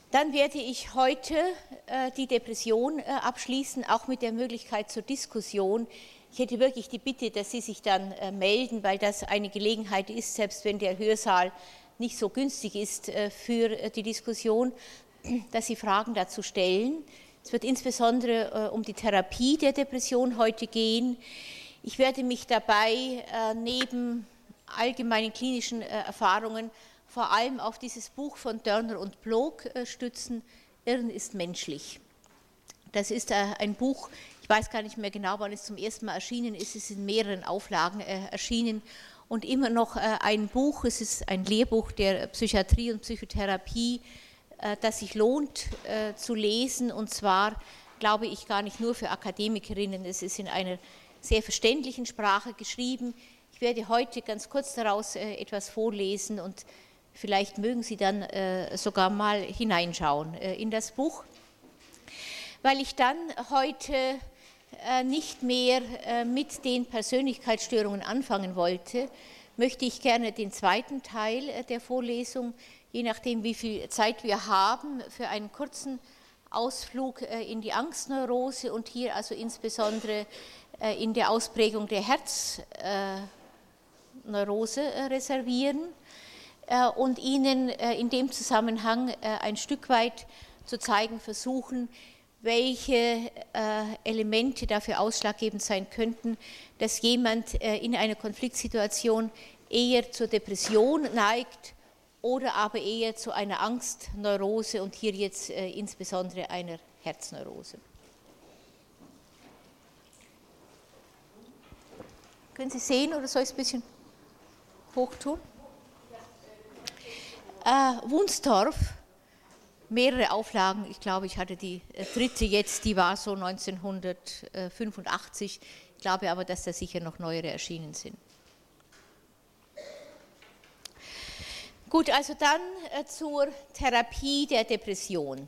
Dann werde ich heute die Depression abschließen, auch mit der Möglichkeit zur Diskussion. Ich hätte wirklich die Bitte, dass Sie sich dann melden, weil das eine Gelegenheit ist, selbst wenn der Hörsaal nicht so günstig ist für die Diskussion, dass Sie Fragen dazu stellen. Es wird insbesondere um die Therapie der Depression heute gehen. Ich werde mich dabei neben allgemeinen klinischen Erfahrungen vor allem auf dieses Buch von Dörner und Bloch stützen, Irren ist menschlich. Das ist ein Buch, ich weiß gar nicht mehr genau, wann es zum ersten Mal erschienen ist, es ist in mehreren Auflagen erschienen und immer noch ein Buch, es ist ein Lehrbuch der Psychiatrie und Psychotherapie, das sich lohnt zu lesen, und zwar, glaube ich, gar nicht nur für Akademikerinnen, es ist in einer sehr verständlichen Sprache geschrieben. Ich werde heute ganz kurz daraus etwas vorlesen und vielleicht mögen Sie dann sogar mal hineinschauen in das Buch, weil ich dann heute nicht mehr mit den Persönlichkeitsstörungen anfangen wollte, möchte ich gerne den zweiten Teil der Vorlesung, je nachdem wie viel Zeit wir haben, für einen kurzen Ausflug in die Angstneurose und hier also insbesondere in der Ausprägung der Herzneurose reservieren und Ihnen in dem Zusammenhang ein Stück weit zu zeigen versuchen, welche Elemente dafür ausschlaggebend sein könnten, dass jemand in einer Konfliktsituation eher zur Depression neigt oder aber eher zu einer Angstneurose und hier jetzt insbesondere einer Herzneurose. Können Sie sehen oder soll ich es ein bisschen hoch tun? Wunstorf, mehrere Auflagen, ich glaube, ich hatte die dritte jetzt, die war so 1985, ich glaube aber, dass da sicher noch neuere erschienen sind. Gut, also dann zur Therapie der Depression.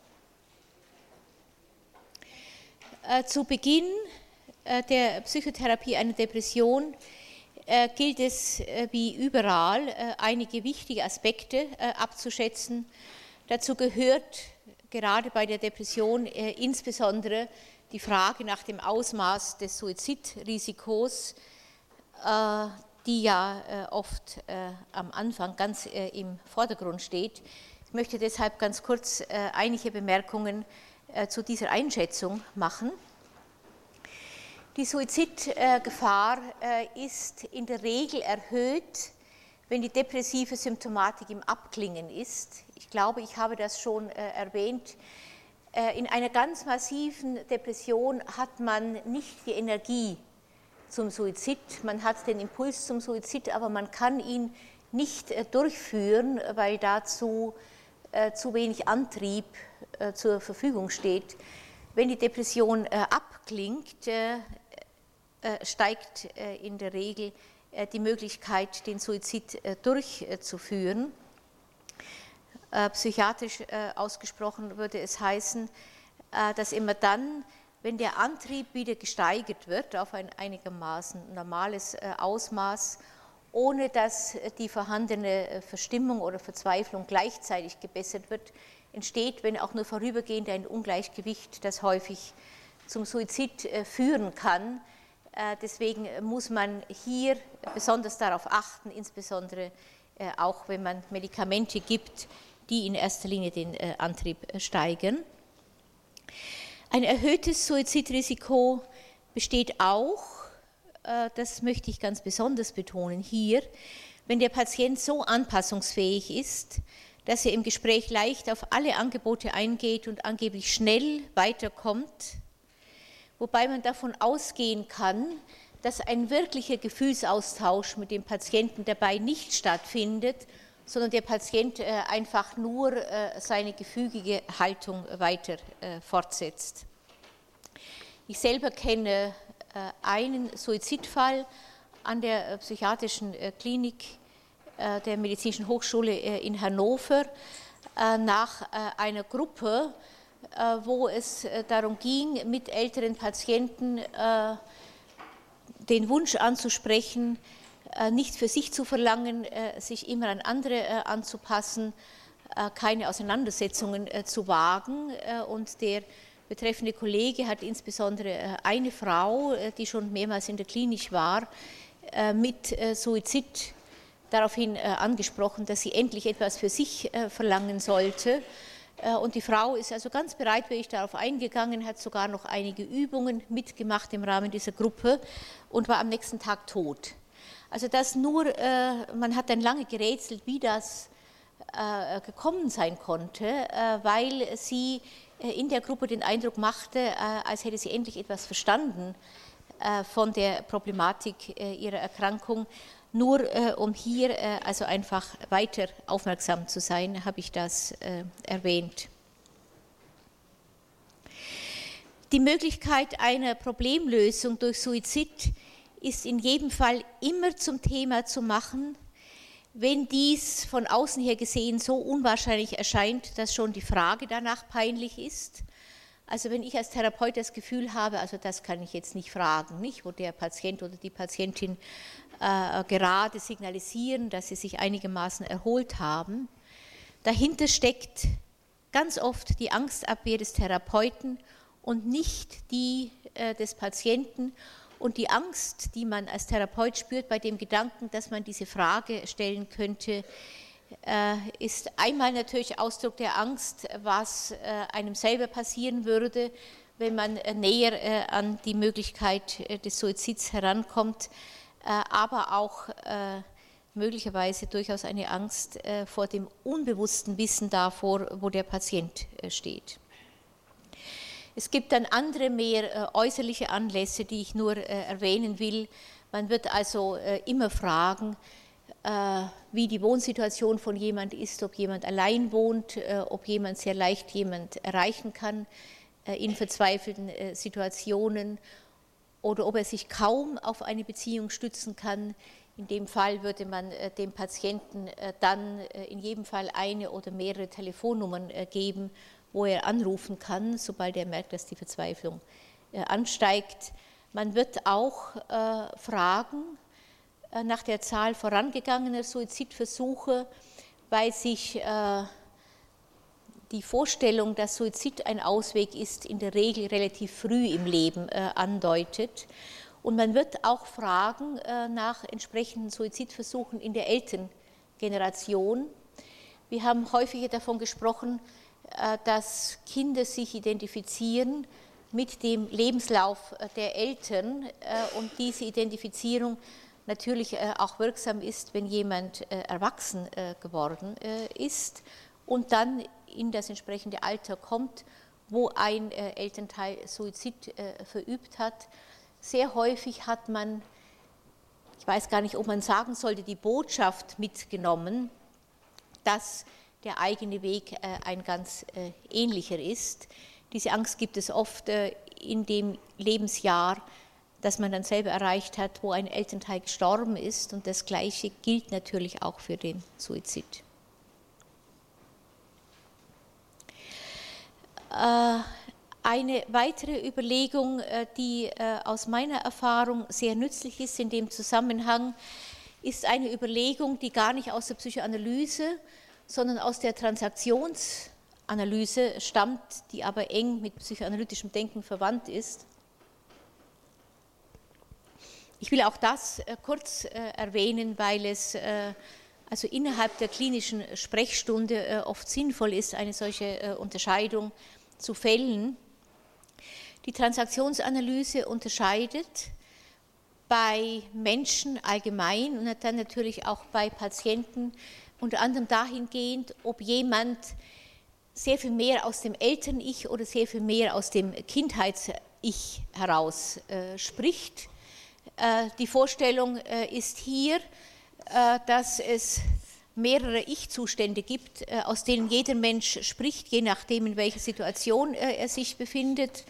Zu Beginn der Psychotherapie einer Depression gilt es wie überall einige wichtige Aspekte abzuschätzen. Dazu gehört gerade bei der Depression insbesondere die Frage nach dem Ausmaß des Suizidrisikos, die ja oft am Anfang ganz im Vordergrund steht. Ich möchte deshalb ganz kurz einige Bemerkungen zu dieser Einschätzung machen. Die Suizidgefahr ist in der Regel erhöht, wenn die depressive Symptomatik im Abklingen ist. Ich glaube, ich habe das schon erwähnt. In einer ganz massiven Depression hat man nicht die Energie zum Suizid, man hat den Impuls zum Suizid, aber man kann ihn nicht durchführen, weil dazu zu wenig Antrieb zur Verfügung steht. Wenn die Depression abklingt, steigt in der Regel die Möglichkeit, den Suizid durchzuführen. Psychiatrisch ausgesprochen würde es heißen, dass immer dann, wenn der Antrieb wieder gesteigert wird auf ein einigermaßen normales Ausmaß, ohne dass die vorhandene Verstimmung oder Verzweiflung gleichzeitig gebessert wird, entsteht, wenn auch nur vorübergehend, ein Ungleichgewicht, das häufig zum Suizid führen kann. Deswegen muss man hier besonders darauf achten, insbesondere auch wenn man Medikamente gibt, die in erster Linie den Antrieb steigern. Ein erhöhtes Suizidrisiko besteht auch, das möchte ich ganz besonders betonen hier, wenn der Patient so anpassungsfähig ist, dass er im Gespräch leicht auf alle Angebote eingeht und angeblich schnell weiterkommt, wobei man davon ausgehen kann, dass ein wirklicher Gefühlsaustausch mit dem Patienten dabei nicht stattfindet, sondern der Patient einfach nur seine gefügige Haltung weiter fortsetzt. Ich selber kenne einen Suizidfall an der psychiatrischen Klinik der Medizinischen Hochschule in Hannover nach einer Gruppe, wo es darum ging, mit älteren Patienten den Wunsch anzusprechen, nicht für sich zu verlangen, sich immer an andere anzupassen, keine Auseinandersetzungen zu wagen. Und der betreffende Kollege hat insbesondere eine Frau, die schon mehrmals in der Klinik war, mit Suizid daraufhin angesprochen, dass sie endlich etwas für sich verlangen sollte. Und die Frau ist also ganz bereitwillig darauf eingegangen, hat sogar noch einige Übungen mitgemacht im Rahmen dieser Gruppe und war am nächsten Tag tot. Also das nur, man hat dann lange gerätselt, wie das gekommen sein konnte, weil sie in der Gruppe den Eindruck machte, als hätte sie endlich etwas verstanden von der Problematik ihrer Erkrankung. Nur um hier also einfach weiter aufmerksam zu sein, habe ich das erwähnt. Die Möglichkeit einer Problemlösung durch Suizid ist in jedem Fall immer zum Thema zu machen, wenn dies von außen her gesehen so unwahrscheinlich erscheint, dass schon die Frage danach peinlich ist. Also wenn ich als Therapeut das Gefühl habe, also das kann ich jetzt nicht fragen, nicht, wo der Patient oder die Patientin gerade signalisieren, dass sie sich einigermaßen erholt haben. Dahinter steckt ganz oft die Angstabwehr des Therapeuten und nicht die des Patienten. Und die Angst, die man als Therapeut spürt bei dem Gedanken, dass man diese Frage stellen könnte, ist einmal natürlich Ausdruck der Angst, was einem selber passieren würde, wenn man näher an die Möglichkeit des Suizids herankommt, aber auch möglicherweise durchaus eine Angst vor dem unbewussten Wissen davor, wo der Patient steht. Es gibt dann andere, mehr äußerliche Anlässe, die ich nur erwähnen will. Man wird also immer fragen, wie die Wohnsituation von jemand ist, ob jemand allein wohnt, ob jemand sehr leicht jemand erreichen kann in verzweifelten Situationen oder ob er sich kaum auf eine Beziehung stützen kann. In dem Fall würde man dem Patienten dann in jedem Fall eine oder mehrere Telefonnummern geben, wo er anrufen kann, sobald er merkt, dass die Verzweiflung ansteigt. Man wird auch fragen nach der Zahl vorangegangener Suizidversuche, weil sich die Vorstellung, dass Suizid ein Ausweg ist, in der Regel relativ früh im Leben andeutet. Und man wird auch fragen nach entsprechenden Suizidversuchen in der Elterngeneration. Wir haben häufiger davon gesprochen, dass Kinder sich identifizieren mit dem Lebenslauf der Eltern und diese Identifizierung natürlich auch wirksam ist, wenn jemand erwachsen geworden ist und dann in das entsprechende Alter kommt, wo ein Elternteil Suizid verübt hat. Sehr häufig hat man, ich weiß gar nicht, ob man sagen sollte, die Botschaft mitgenommen, dass der eigene Weg ein ganz ähnlicher ist. Diese Angst gibt es oft in dem Lebensjahr, das man dann selber erreicht hat, wo ein Elternteil gestorben ist. Und das Gleiche gilt natürlich auch für den Suizid. Eine weitere Überlegung, die aus meiner Erfahrung sehr nützlich ist in dem Zusammenhang, ist eine Überlegung, die gar nicht aus der Psychoanalyse, sondern aus der Transaktionsanalyse stammt, die aber eng mit psychoanalytischem Denken verwandt ist. Ich will auch das kurz erwähnen, weil es also innerhalb der klinischen Sprechstunde oft sinnvoll ist, eine solche Unterscheidung zu fällen. Die Transaktionsanalyse unterscheidet bei Menschen allgemein und dann natürlich auch bei Patienten unter anderem dahingehend, ob jemand sehr viel mehr aus dem Eltern-Ich oder sehr viel mehr aus dem Kindheits-Ich heraus spricht. Die Vorstellung ist hier, dass es mehrere Ich-Zustände gibt, aus denen jeder Mensch spricht, je nachdem, in welcher Situation er sich befindet.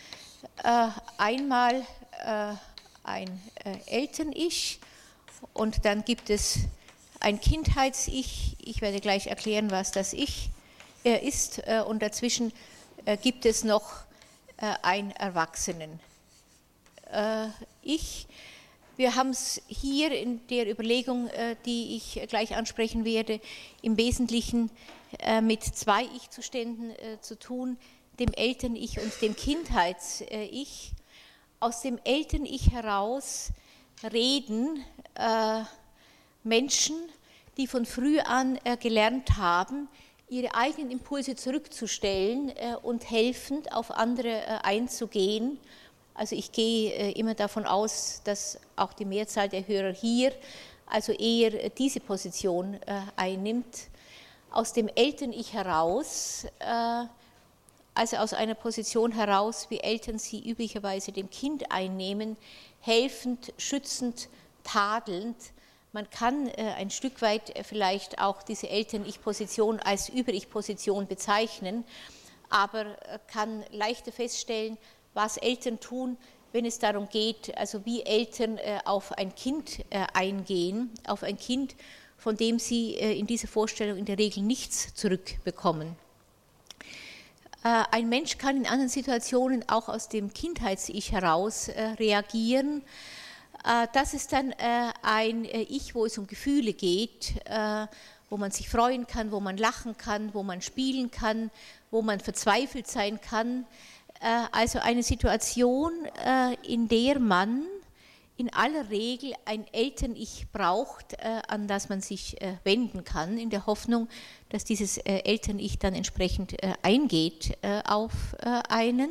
Einmal ein Eltern-Ich und dann gibt es ein Kindheits-Ich. Ich werde gleich erklären, was das Ich ist. Und dazwischen gibt es noch ein Erwachsenen-Ich. Wir haben es hier in der Überlegung, die ich gleich ansprechen werde, im Wesentlichen mit zwei Ich-Zuständen zu tun, dem Eltern-Ich und dem Kindheits-Ich. Aus dem Eltern-Ich heraus reden Menschen, die von früh an gelernt haben, ihre eigenen Impulse zurückzustellen und helfend auf andere einzugehen. Also ich gehe immer davon aus, dass auch die Mehrzahl der Hörer hier also eher diese Position einnimmt. Aus dem Eltern-Ich heraus, also aus einer Position heraus, wie Eltern sie üblicherweise dem Kind einnehmen, helfend, schützend, tadelnd. Man kann ein Stück weit vielleicht auch diese Eltern-Ich-Position als Über-Ich-Position bezeichnen, aber kann leichter feststellen, was Eltern tun, wenn es darum geht, also wie Eltern auf ein Kind eingehen, auf ein Kind, von dem sie in dieser Vorstellung in der Regel nichts zurückbekommen. Ein Mensch kann in anderen Situationen auch aus dem Kindheits-Ich heraus reagieren. Das ist dann ein Ich, wo es um Gefühle geht, wo man sich freuen kann, wo man lachen kann, wo man spielen kann, wo man verzweifelt sein kann. Also eine Situation, in der man in aller Regel ein Eltern-Ich braucht, an das man sich wenden kann, in der Hoffnung, dass dieses Eltern-Ich dann entsprechend eingeht auf einen.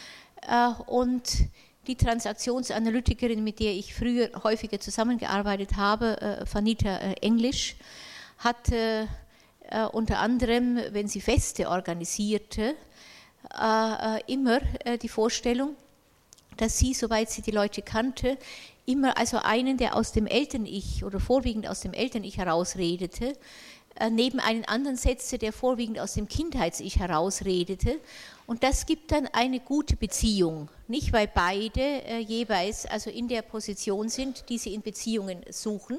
Und die Transaktionsanalytikerin, mit der ich früher häufiger zusammengearbeitet habe, Vanita English, hatte unter anderem, wenn sie Feste organisierte, immer die Vorstellung, dass sie, soweit sie die Leute kannte, immer also einen, der aus dem Eltern-Ich oder vorwiegend aus dem Eltern-Ich herausredete, neben einen anderen setzte, der vorwiegend aus dem Kindheits-Ich herausredete. Und das gibt dann eine gute Beziehung, nicht weil beide jeweils also in der Position sind, die sie in Beziehungen suchen.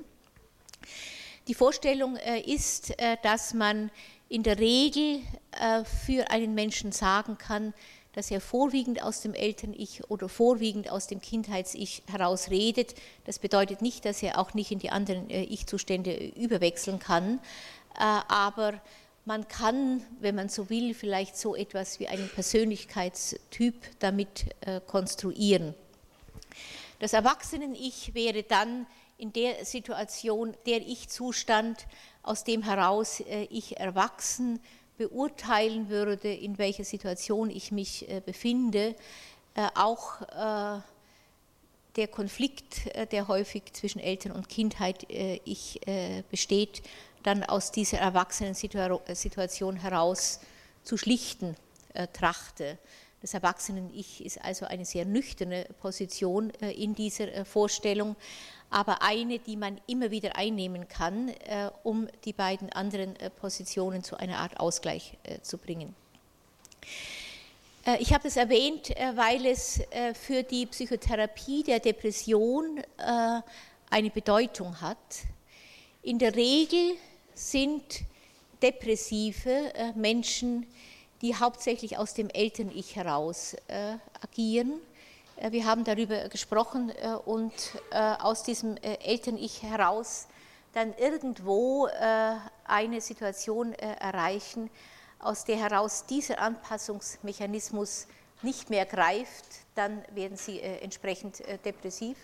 Die Vorstellung ist, dass man in der Regel für einen Menschen sagen kann, dass er vorwiegend aus dem Eltern-Ich oder vorwiegend aus dem Kindheits-Ich heraus redet. Das bedeutet nicht, dass er auch nicht in die anderen Ich-Zustände überwechseln kann, aber man kann, wenn man so will, vielleicht so etwas wie einen Persönlichkeitstyp damit konstruieren. Das Erwachsenen-Ich wäre dann in der Situation der Ich-Zustand, aus dem heraus ich erwachsen beurteilen würde, in welcher Situation ich mich befinde. Auch der Konflikt, der häufig zwischen Eltern und Kindheit besteht, dann aus dieser Erwachsenen-Situation heraus zu schlichten trachte. Das Erwachsenen-Ich ist also eine sehr nüchterne Position in dieser Vorstellung, aber eine, die man immer wieder einnehmen kann, um die beiden anderen Positionen zu einer Art Ausgleich zu bringen. Ich habe es erwähnt, weil es für die Psychotherapie der Depression eine Bedeutung hat. In der Regel sind depressive Menschen, die hauptsächlich aus dem Eltern-Ich heraus agieren. Wir haben darüber gesprochen und aus diesem Eltern-Ich heraus dann irgendwo eine Situation erreichen, aus der heraus dieser Anpassungsmechanismus nicht mehr greift, dann werden sie entsprechend depressiv.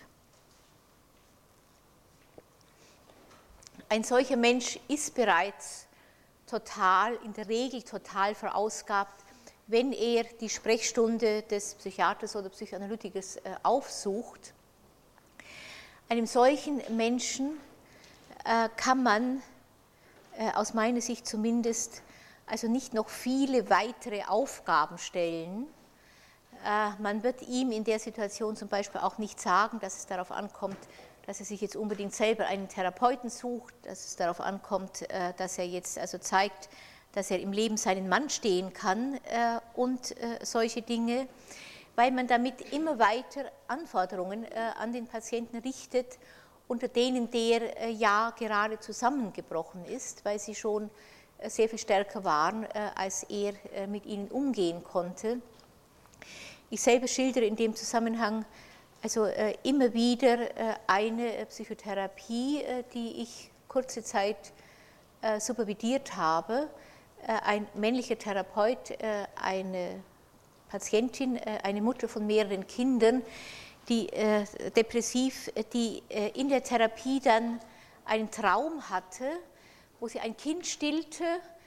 Ein solcher Mensch ist bereits in der Regel total verausgabt, wenn er die Sprechstunde des Psychiaters oder Psychoanalytikers aufsucht. Einem solchen Menschen kann man, aus meiner Sicht zumindest, also nicht noch viele weitere Aufgaben stellen. Man wird ihm in der Situation zum Beispiel auch nicht sagen, dass es darauf ankommt, dass er sich jetzt unbedingt selber einen Therapeuten sucht, dass es darauf ankommt, dass er jetzt also zeigt, dass er im Leben seinen Mann stehen kann und solche Dinge, weil man damit immer weiter Anforderungen an den Patienten richtet, unter denen der ja gerade zusammengebrochen ist, weil sie schon sehr viel stärker waren, als er mit ihnen umgehen konnte. Ich selber schildere in dem Zusammenhang Also immer wieder eine Psychotherapie, die ich kurze Zeit supervidiert habe. Ein männlicher Therapeut, eine Patientin, eine Mutter von mehreren Kindern, die depressiv, die in der Therapie dann einen Traum hatte, wo sie ein Kind stillte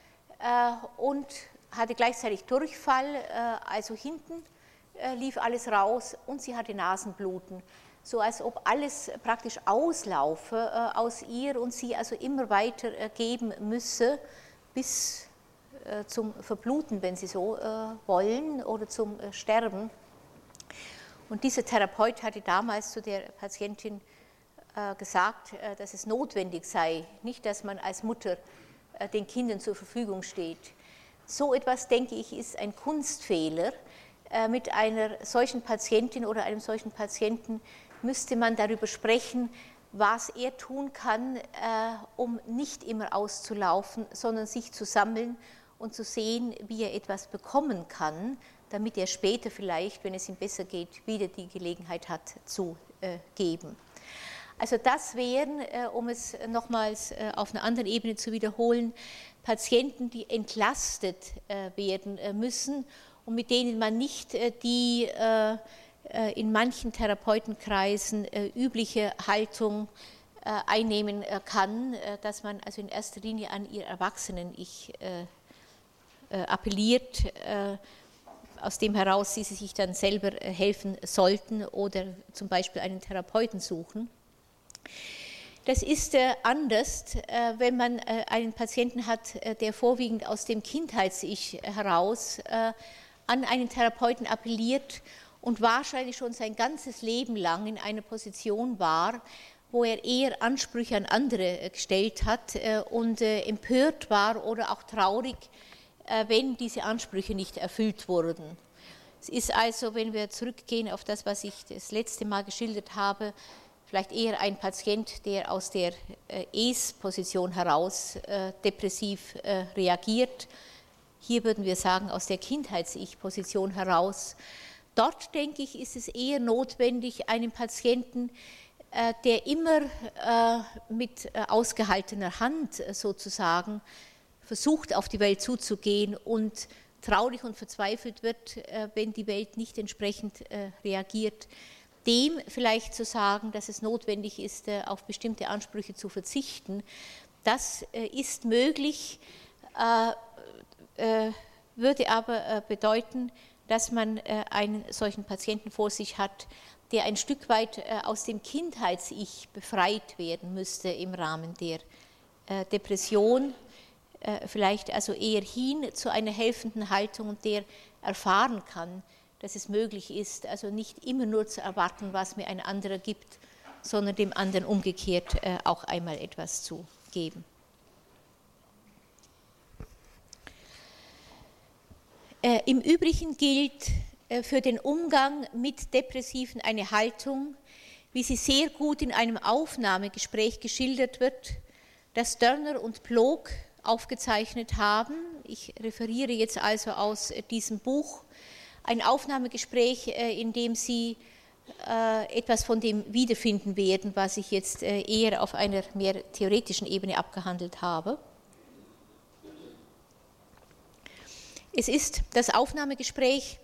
und hatte gleichzeitig Durchfall, also hinten lief alles raus und sie hatte Nasenbluten, so als ob alles praktisch auslaufe aus ihr und sie also immer weiter geben müsse, bis zum Verbluten, wenn Sie so wollen, oder zum Sterben. Und dieser Therapeut hatte damals zu der Patientin gesagt, dass es notwendig sei, nicht, dass man als Mutter den Kindern zur Verfügung steht. So etwas, denke ich, ist ein Kunstfehler. Mit einer solchen Patientin oder einem solchen Patienten müsste man darüber sprechen, was er tun kann, um nicht immer auszulaufen, sondern sich zu sammeln und zu sehen, wie er etwas bekommen kann, damit er später vielleicht, wenn es ihm besser geht, wieder die Gelegenheit hat zu geben. Also das wären, um es nochmals auf einer anderen Ebene zu wiederholen, Patienten, die entlastet werden müssen und mit denen man nicht die in manchen Therapeutenkreisen übliche Haltung einnehmen kann, dass man also in erster Linie an ihr Erwachsenen-Ich appelliert, aus dem heraus sie sich dann selber helfen sollten oder zum Beispiel einen Therapeuten suchen. Das ist anders, wenn man einen Patienten hat, der vorwiegend aus dem Kindheits-Ich heraus an einen Therapeuten appelliert und wahrscheinlich schon sein ganzes Leben lang in einer Position war, wo er eher Ansprüche an andere gestellt hat und empört war oder auch traurig, wenn diese Ansprüche nicht erfüllt wurden. Es ist also, wenn wir zurückgehen auf das, was ich das letzte Mal geschildert habe, vielleicht eher ein Patient, der aus der Es-Position heraus depressiv reagiert. Hier würden wir sagen, aus der Kindheits-Ich-Position heraus. Dort, denke ich, ist es eher notwendig, einen Patienten, der immer mit ausgehaltener Hand sozusagen versucht, auf die Welt zuzugehen und traurig und verzweifelt wird, wenn die Welt nicht entsprechend reagiert, dem vielleicht zu sagen, dass es notwendig ist, auf bestimmte Ansprüche zu verzichten. Das ist möglich, würde aber bedeuten, dass man einen solchen Patienten vor sich hat, der ein Stück weit aus dem Kindheits-Ich befreit werden müsste im Rahmen der Depression, vielleicht also eher hin zu einer helfenden Haltung und der erfahren kann, dass es möglich ist, also nicht immer nur zu erwarten, was mir ein anderer gibt, sondern dem anderen umgekehrt auch einmal etwas zu geben. Im Übrigen gilt für den Umgang mit Depressiven eine Haltung, wie sie sehr gut in einem Aufnahmegespräch geschildert wird, das Dörner und Ploog aufgezeichnet haben. Ich referiere jetzt also aus diesem Buch. Ein Aufnahmegespräch, in dem Sie etwas von dem wiederfinden werden, was ich jetzt eher auf einer mehr theoretischen Ebene abgehandelt habe. Es ist das Aufnahmegespräch,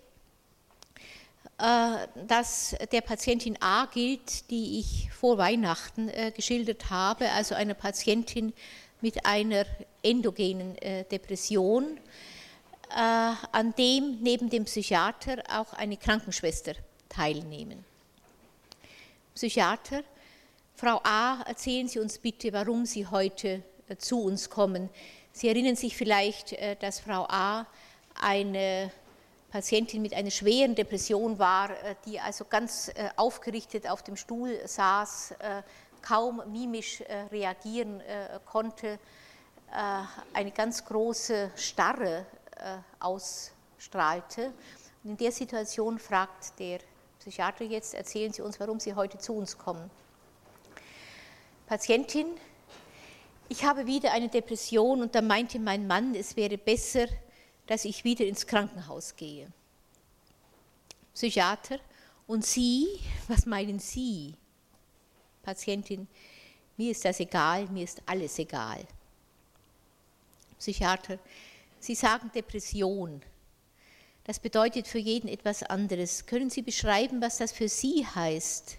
das der Patientin A gilt, die ich vor Weihnachten geschildert habe, also einer Patientin mit einer endogenen Depression, an dem neben dem Psychiater auch eine Krankenschwester teilnehmen. Psychiater: Frau A., erzählen Sie uns bitte, warum Sie heute zu uns kommen. Sie erinnern sich vielleicht, dass Frau A. eine Patientin mit einer schweren Depression war, die also ganz aufgerichtet auf dem Stuhl saß, kaum mimisch reagieren konnte, eine ganz große Starre ausstrahlte. Und in der Situation fragt der Psychiater jetzt: Erzählen Sie uns, warum Sie heute zu uns kommen. Patientin: Ich habe wieder eine Depression und da meinte mein Mann, es wäre besser, dass ich wieder ins Krankenhaus gehe. Psychiater: Und Sie, was meinen Sie? Patientin, mir ist das egal, mir ist alles egal. Psychiater, Sie sagen Depression. Das bedeutet für jeden etwas anderes. Können Sie beschreiben, was das für Sie heißt?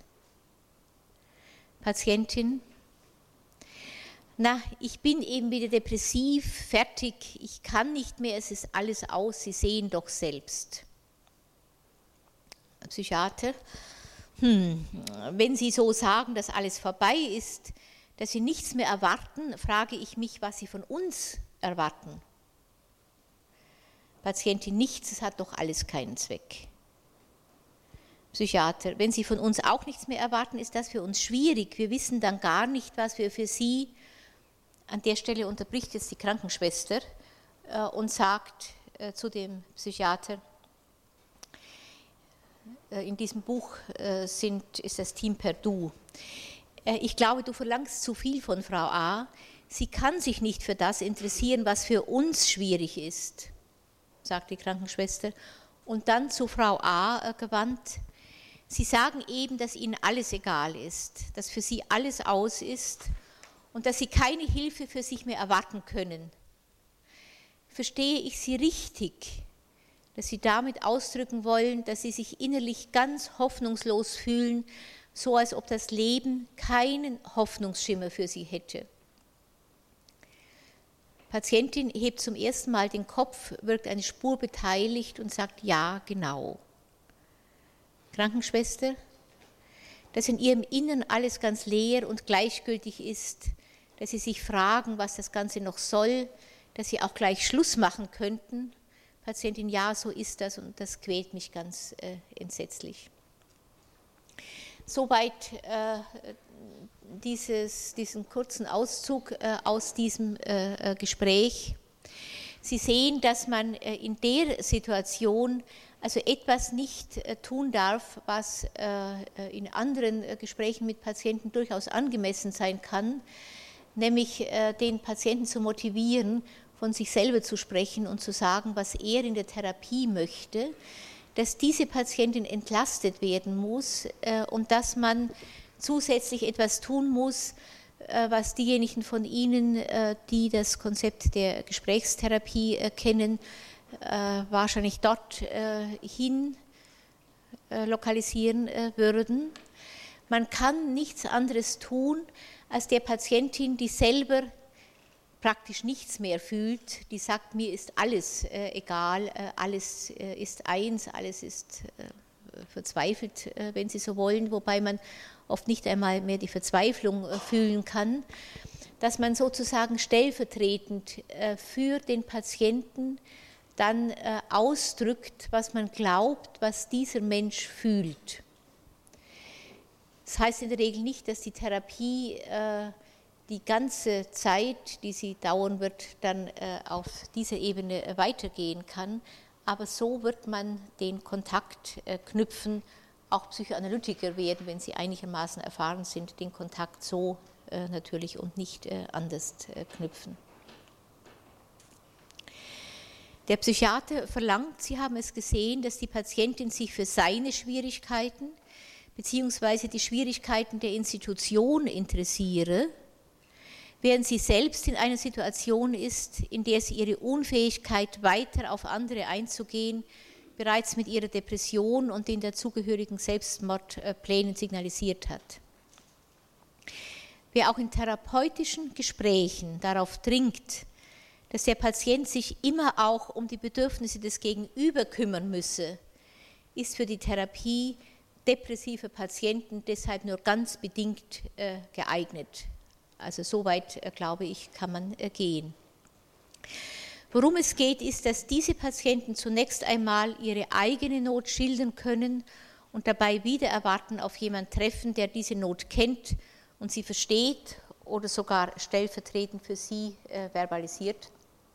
Patientin, na, ich bin eben wieder depressiv, fertig, ich kann nicht mehr, es ist alles aus, Sie sehen doch selbst. Psychiater, wenn Sie so sagen, dass alles vorbei ist, dass Sie nichts mehr erwarten, frage ich mich, was Sie von uns erwarten. Patientin, nichts, es hat doch alles keinen Zweck. Psychiater, wenn Sie von uns auch nichts mehr erwarten, ist das für uns schwierig. Wir wissen dann gar nicht, was wir für Sie, an der Stelle unterbricht jetzt die Krankenschwester und sagt zu dem Psychiater, in diesem Buch ist das Team per Du. Ich glaube, du verlangst zu viel von Frau A. Sie kann sich nicht für das interessieren, was für uns schwierig ist, sagt die Krankenschwester. Und dann zu Frau A gewandt, Sie sagen eben, dass Ihnen alles egal ist, dass für Sie alles aus ist und dass Sie keine Hilfe für sich mehr erwarten können. Verstehe ich Sie richtig, dass Sie damit ausdrücken wollen, dass Sie sich innerlich ganz hoffnungslos fühlen, so als ob das Leben keinen Hoffnungsschimmer für Sie hätte? Patientin hebt zum ersten Mal den Kopf, wirkt eine Spur beteiligt und sagt, ja, genau. Krankenschwester, dass in ihrem Innern alles ganz leer und gleichgültig ist, dass Sie sich fragen, was das Ganze noch soll, dass Sie auch gleich Schluss machen könnten. Patientin, ja, so ist das und das quält mich ganz entsetzlich. Soweit diesen kurzen Auszug aus diesem Gespräch. Sie sehen, dass man in der Situation also etwas nicht tun darf, was in anderen Gesprächen mit Patienten durchaus angemessen sein kann, nämlich den Patienten zu motivieren, von sich selber zu sprechen und zu sagen, was er in der Therapie möchte, dass diese Patientin entlastet werden muss und dass man zusätzlich etwas tun muss, was diejenigen von Ihnen, die das Konzept der Gesprächstherapie kennen, wahrscheinlich dorthin lokalisieren würden. Man kann nichts anderes tun, als der Patientin, die selber praktisch nichts mehr fühlt, die sagt, mir ist alles egal, alles ist eins, alles ist verzweifelt, wenn Sie so wollen, wobei man oft nicht einmal mehr die Verzweiflung fühlen kann, dass man sozusagen stellvertretend für den Patienten dann ausdrückt, was man glaubt, was dieser Mensch fühlt. Das heißt in der Regel nicht, dass die Therapie die ganze Zeit, die sie dauern wird, dann auf dieser Ebene weitergehen kann, aber so wird man den Kontakt knüpfen. Auch Psychoanalytiker werden, wenn sie einigermaßen erfahren sind, den Kontakt so natürlich und nicht anders knüpfen. Der Psychiater verlangt, Sie haben es gesehen, dass die Patientin sich für seine Schwierigkeiten bzw. die Schwierigkeiten der Institution interessiere, während sie selbst in einer Situation ist, in der sie ihre Unfähigkeit, weiter auf andere einzugehen, bereits mit ihrer Depression und den dazugehörigen Selbstmordplänen signalisiert hat. Wer auch in therapeutischen Gesprächen darauf dringt, dass der Patient sich immer auch um die Bedürfnisse des Gegenüber kümmern müsse, ist für die Therapie depressiver Patienten deshalb nur ganz bedingt geeignet. Also so weit, glaube ich, kann man gehen. Worum es geht, ist, dass diese Patienten zunächst einmal ihre eigene Not schildern können und dabei wieder erwarten auf jemanden treffen, der diese Not kennt und sie versteht oder sogar stellvertretend für sie verbalisiert.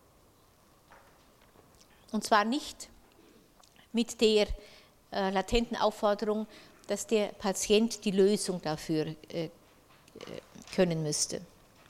Und zwar nicht mit der latenten Aufforderung, dass der Patient die Lösung dafür können müsste.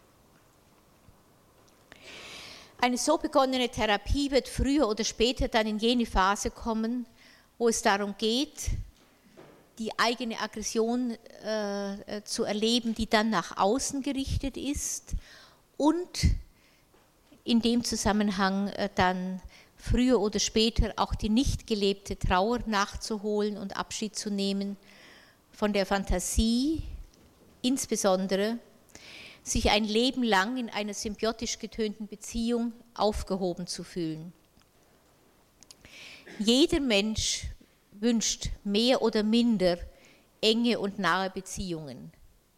Eine so begonnene Therapie wird früher oder später dann in jene Phase kommen, wo es darum geht, die eigene Aggression zu erleben, die dann nach außen gerichtet ist und in dem Zusammenhang dann früher oder später auch die nicht gelebte Trauer nachzuholen und Abschied zu nehmen von der Fantasie, insbesondere sich ein Leben lang in einer symbiotisch getönten Beziehung aufgehoben zu fühlen. Jeder Mensch wünscht mehr oder minder enge und nahe Beziehungen.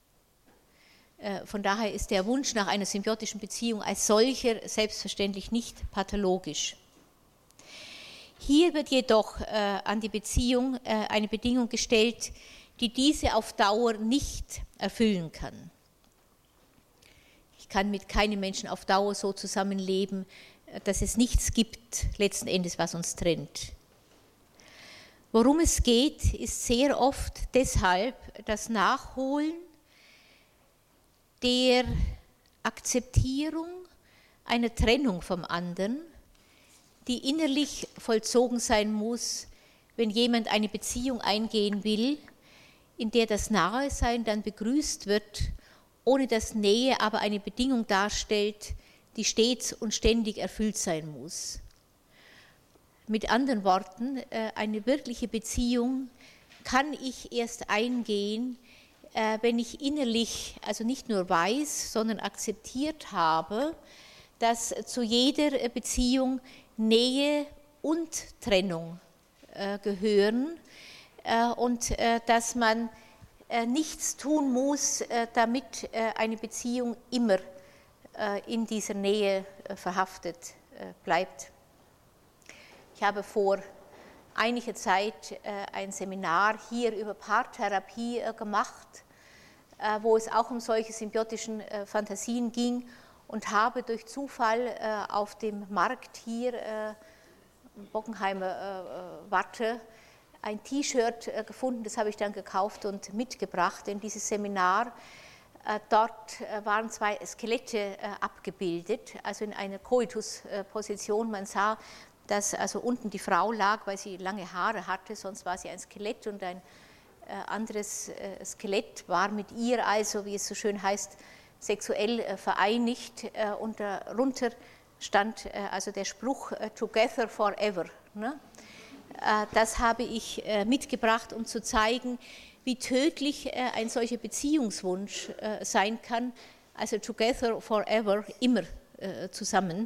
Von daher ist der Wunsch nach einer symbiotischen Beziehung als solcher selbstverständlich nicht pathologisch. Hier wird jedoch an die Beziehung eine Bedingung gestellt, die diese auf Dauer nicht erfüllen kann. Ich kann mit keinem Menschen auf Dauer so zusammenleben, dass es nichts gibt, letzten Endes, was uns trennt. Worum es geht, ist sehr oft deshalb das Nachholen der Akzeptierung einer Trennung vom anderen, die innerlich vollzogen sein muss, wenn jemand eine Beziehung eingehen will, in der das Nahesein dann begrüßt wird, ohne dass Nähe aber eine Bedingung darstellt, die stets und ständig erfüllt sein muss. Mit anderen Worten, eine wirkliche Beziehung kann ich erst eingehen, wenn ich innerlich, also nicht nur weiß, sondern akzeptiert habe, dass zu jeder Beziehung Nähe und Trennung gehören und dass man nichts tun muss, damit eine Beziehung immer in dieser Nähe verhaftet bleibt. Ich habe vor einiger Zeit ein Seminar hier über Paartherapie gemacht, wo es auch um solche symbiotischen Fantasien ging und habe durch Zufall auf dem Markt hier Bockenheimer Warte ein T-Shirt gefunden, das habe ich dann gekauft und mitgebracht in dieses Seminar. Dort waren 2 Skelette abgebildet, also in einer Koitusposition. Man sah, dass also unten die Frau lag, weil sie lange Haare hatte, sonst war sie ein Skelett und ein anderes Skelett war mit ihr, also wie es so schön heißt, sexuell vereinigt und darunter stand also der Spruch Together forever. Ne? Das habe ich mitgebracht, um zu zeigen, wie tödlich ein solcher Beziehungswunsch sein kann, also together forever, immer zusammen.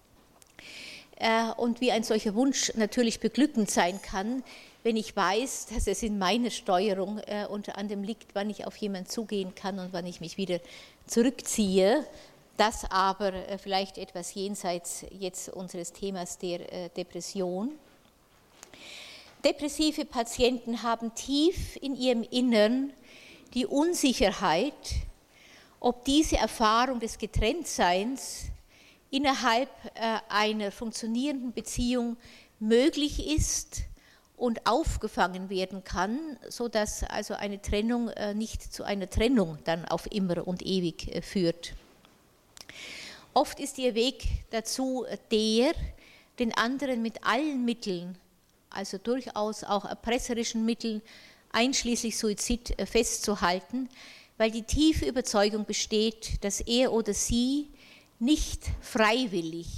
Und wie ein solcher Wunsch natürlich beglückend sein kann, wenn ich weiß, dass es in meiner Steuerung unter anderem liegt, wann ich auf jemanden zugehen kann und wann ich mich wieder zurückziehe. Das aber vielleicht etwas jenseits jetzt unseres Themas der Depression. Depressive Patienten haben tief in ihrem Innern die Unsicherheit, ob diese Erfahrung des Getrenntseins innerhalb einer funktionierenden Beziehung möglich ist und aufgefangen werden kann, sodass also eine Trennung nicht zu einer Trennung dann auf immer und ewig führt. Oft ist ihr Weg dazu der, den anderen mit allen Mitteln, also durchaus auch erpresserischen Mitteln, einschließlich Suizid, festzuhalten, weil die tiefe Überzeugung besteht, dass er oder sie nicht freiwillig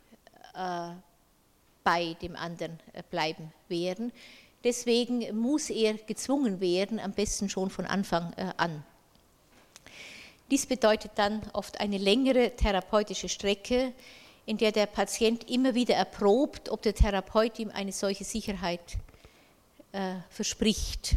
bei dem anderen bleiben werden. Deswegen muss er gezwungen werden, am besten schon von Anfang an. Dies bedeutet dann oft eine längere therapeutische Strecke, in der der Patient immer wieder erprobt, ob der Therapeut ihm eine solche Sicherheit verspricht.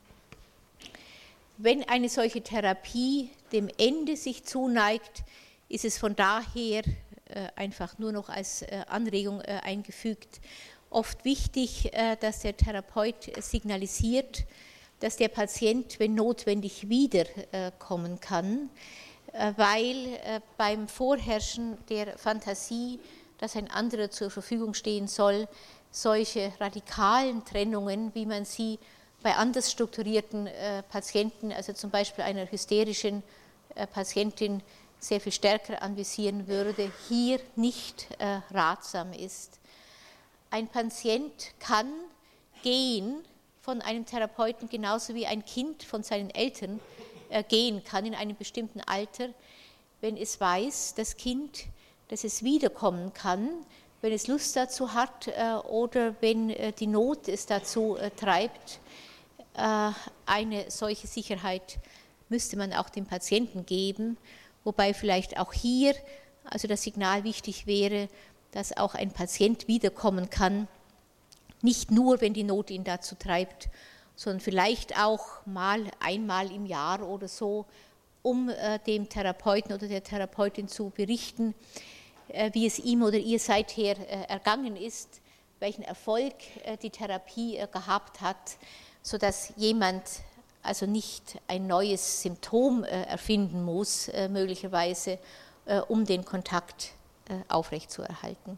Wenn eine solche Therapie dem Ende sich zuneigt, ist es von daher einfach nur noch als Anregung eingefügt, oft wichtig, dass der Therapeut signalisiert, dass der Patient, wenn notwendig, wiederkommen kann, weil beim Vorherrschen der Fantasie, dass ein anderer zur Verfügung stehen soll, solche radikalen Trennungen, wie man sie bei anders strukturierten Patienten, also zum Beispiel einer hysterischen Patientin, sehr viel stärker anvisieren würde, hier nicht ratsam ist. Ein Patient kann gehen von einem Therapeuten genauso wie ein Kind von seinen Eltern gehen kann in einem bestimmten Alter, wenn es weiß, das Kind, dass es wiederkommen kann, wenn es Lust dazu hat oder wenn die Not es dazu treibt. Eine solche Sicherheit müsste man auch dem Patienten geben, wobei vielleicht auch hier also das Signal wichtig wäre, dass auch ein Patient wiederkommen kann, nicht nur, wenn die Not ihn dazu treibt, sondern vielleicht auch einmal im Jahr oder so, um dem Therapeuten oder der Therapeutin zu berichten, wie es ihm oder ihr seither ergangen ist, welchen Erfolg die Therapie gehabt hat, sodass jemand also nicht ein neues Symptom erfinden muss, möglicherweise, um den Kontakt aufrechtzuerhalten.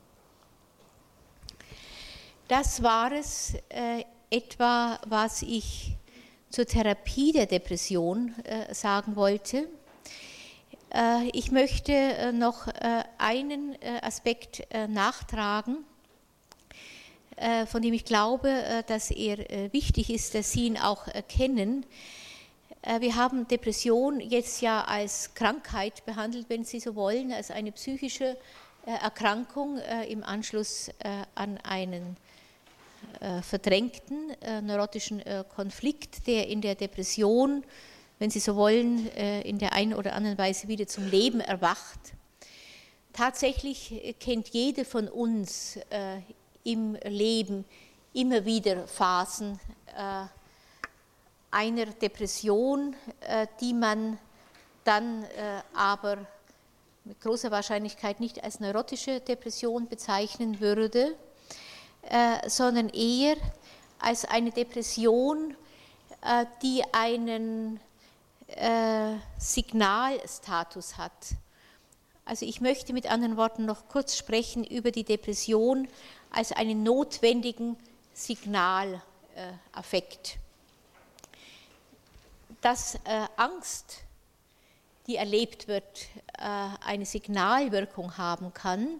Das war es etwa, was ich zur Therapie der Depression sagen wollte. Ich möchte noch einen Aspekt nachtragen, von dem ich glaube, dass er wichtig ist, dass Sie ihn auch kennen. Wir haben Depression jetzt ja als Krankheit behandelt, wenn Sie so wollen, als eine psychische Erkrankung im Anschluss an einen verdrängten neurotischen Konflikt, der in der Depression, wenn Sie so wollen, in der einen oder anderen Weise wieder zum Leben erwacht. Tatsächlich kennt jede von uns im Leben immer wieder Phasen einer Depression, die man dann aber mit großer Wahrscheinlichkeit nicht als neurotische Depression bezeichnen würde, sondern eher als eine Depression, die einen Signalstatus hat. Also ich möchte mit anderen Worten noch kurz sprechen über die Depression als einen notwendigen Signalaffekt. Dass Angst, die erlebt wird, eine Signalwirkung haben kann,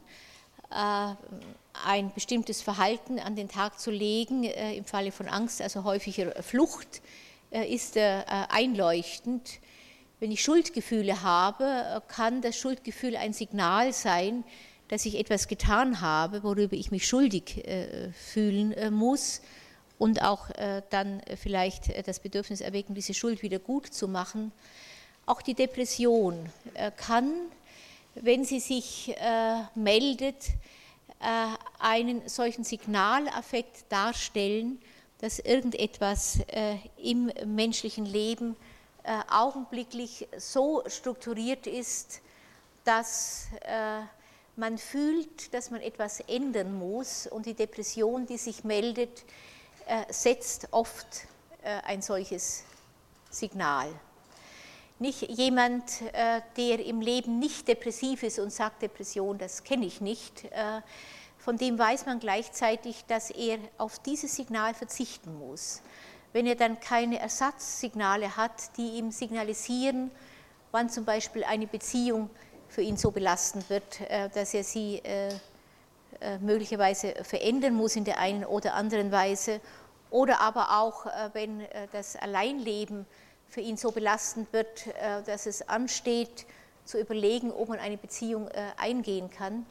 ein bestimmtes Verhalten an den Tag zu legen, im Falle von Angst, also häufiger Flucht, ist einleuchtend. Wenn ich Schuldgefühle habe, kann das Schuldgefühl ein Signal sein, dass ich etwas getan habe, worüber ich mich schuldig fühlen muss und auch dann vielleicht das Bedürfnis erwecken, diese Schuld wieder gut zu machen. Auch die Depression kann, wenn sie sich meldet, einen solchen Signalaffekt darstellen, dass irgendetwas im menschlichen Leben augenblicklich so strukturiert ist, dass man fühlt, dass man etwas ändern muss, und die Depression, die sich meldet, setzt oft ein solches Signal. Nicht jemand, der im Leben nicht depressiv ist und sagt, Depression, das kenne ich nicht, von dem weiß man gleichzeitig, dass er auf dieses Signal verzichten muss. Wenn er dann keine Ersatzsignale hat, die ihm signalisieren, wann zum Beispiel eine Beziehung für ihn so belastend wird, dass er sie möglicherweise verändern muss in der einen oder anderen Weise, oder aber auch, wenn das Alleinleben für ihn so belastend wird, dass es ansteht, zu überlegen, ob man eine Beziehung eingehen kann.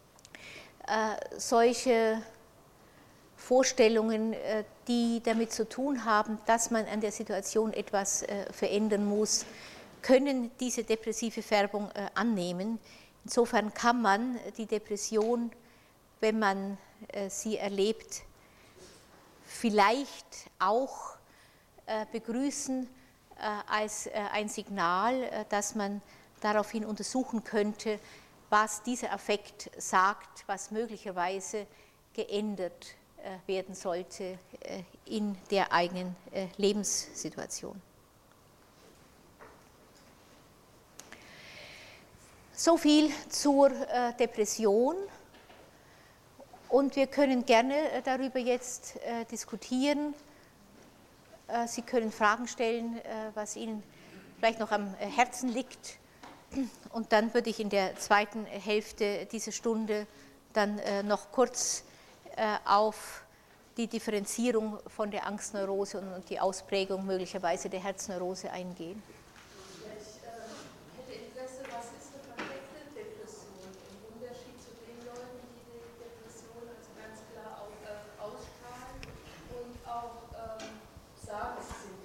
Solche Vorstellungen, die damit zu tun haben, dass man an der Situation etwas verändern muss, können diese depressive Färbung annehmen. Insofern kann man die Depression, wenn man sie erlebt, vielleicht auch begrüßen als ein Signal, dass man daraufhin untersuchen könnte, was dieser Affekt sagt, was möglicherweise geändert werden sollte in der eigenen Lebenssituation. So viel zur Depression, und wir können gerne darüber jetzt diskutieren. Sie können Fragen stellen, was Ihnen vielleicht noch am Herzen liegt, und dann würde ich in der zweiten Hälfte dieser Stunde dann noch kurz auf die Differenzierung von der Angstneurose und die Ausprägung möglicherweise der Herzneurose eingehen. Ich hätte Interesse, was ist eine verdeckte Depression im Unterschied zu den Leuten, die die Depression also ganz klar auch ausstrahlen und auch sagen, sie sind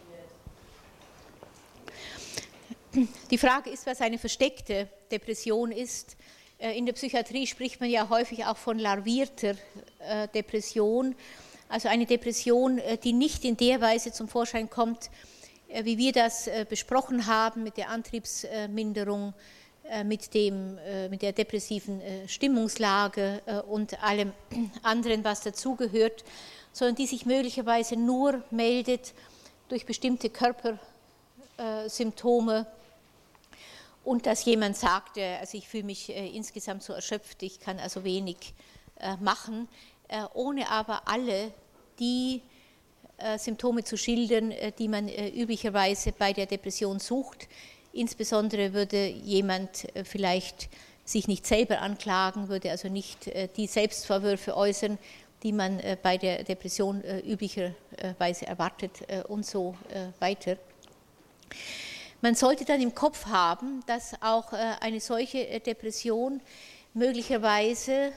deprimiert. Die Frage ist, was eine versteckte Depression ist. In der Psychiatrie spricht man ja häufig auch von larvierter Depression, also eine Depression, die nicht in der Weise zum Vorschein kommt, wie wir das besprochen haben, mit der Antriebsminderung, mit der depressiven Stimmungslage und allem anderen, was dazugehört, sondern die sich möglicherweise nur meldet durch bestimmte Körpersymptome, und dass jemand sagt, also ich fühle mich insgesamt so erschöpft, ich kann also wenig machen, ohne aber alle die Symptome zu schildern, die man üblicherweise bei der Depression sucht. Insbesondere würde jemand vielleicht sich nicht selber anklagen, würde also nicht die Selbstvorwürfe äußern, die man bei der Depression üblicherweise erwartet und so weiter. Man sollte dann im Kopf haben, dass auch eine solche Depression möglicherweise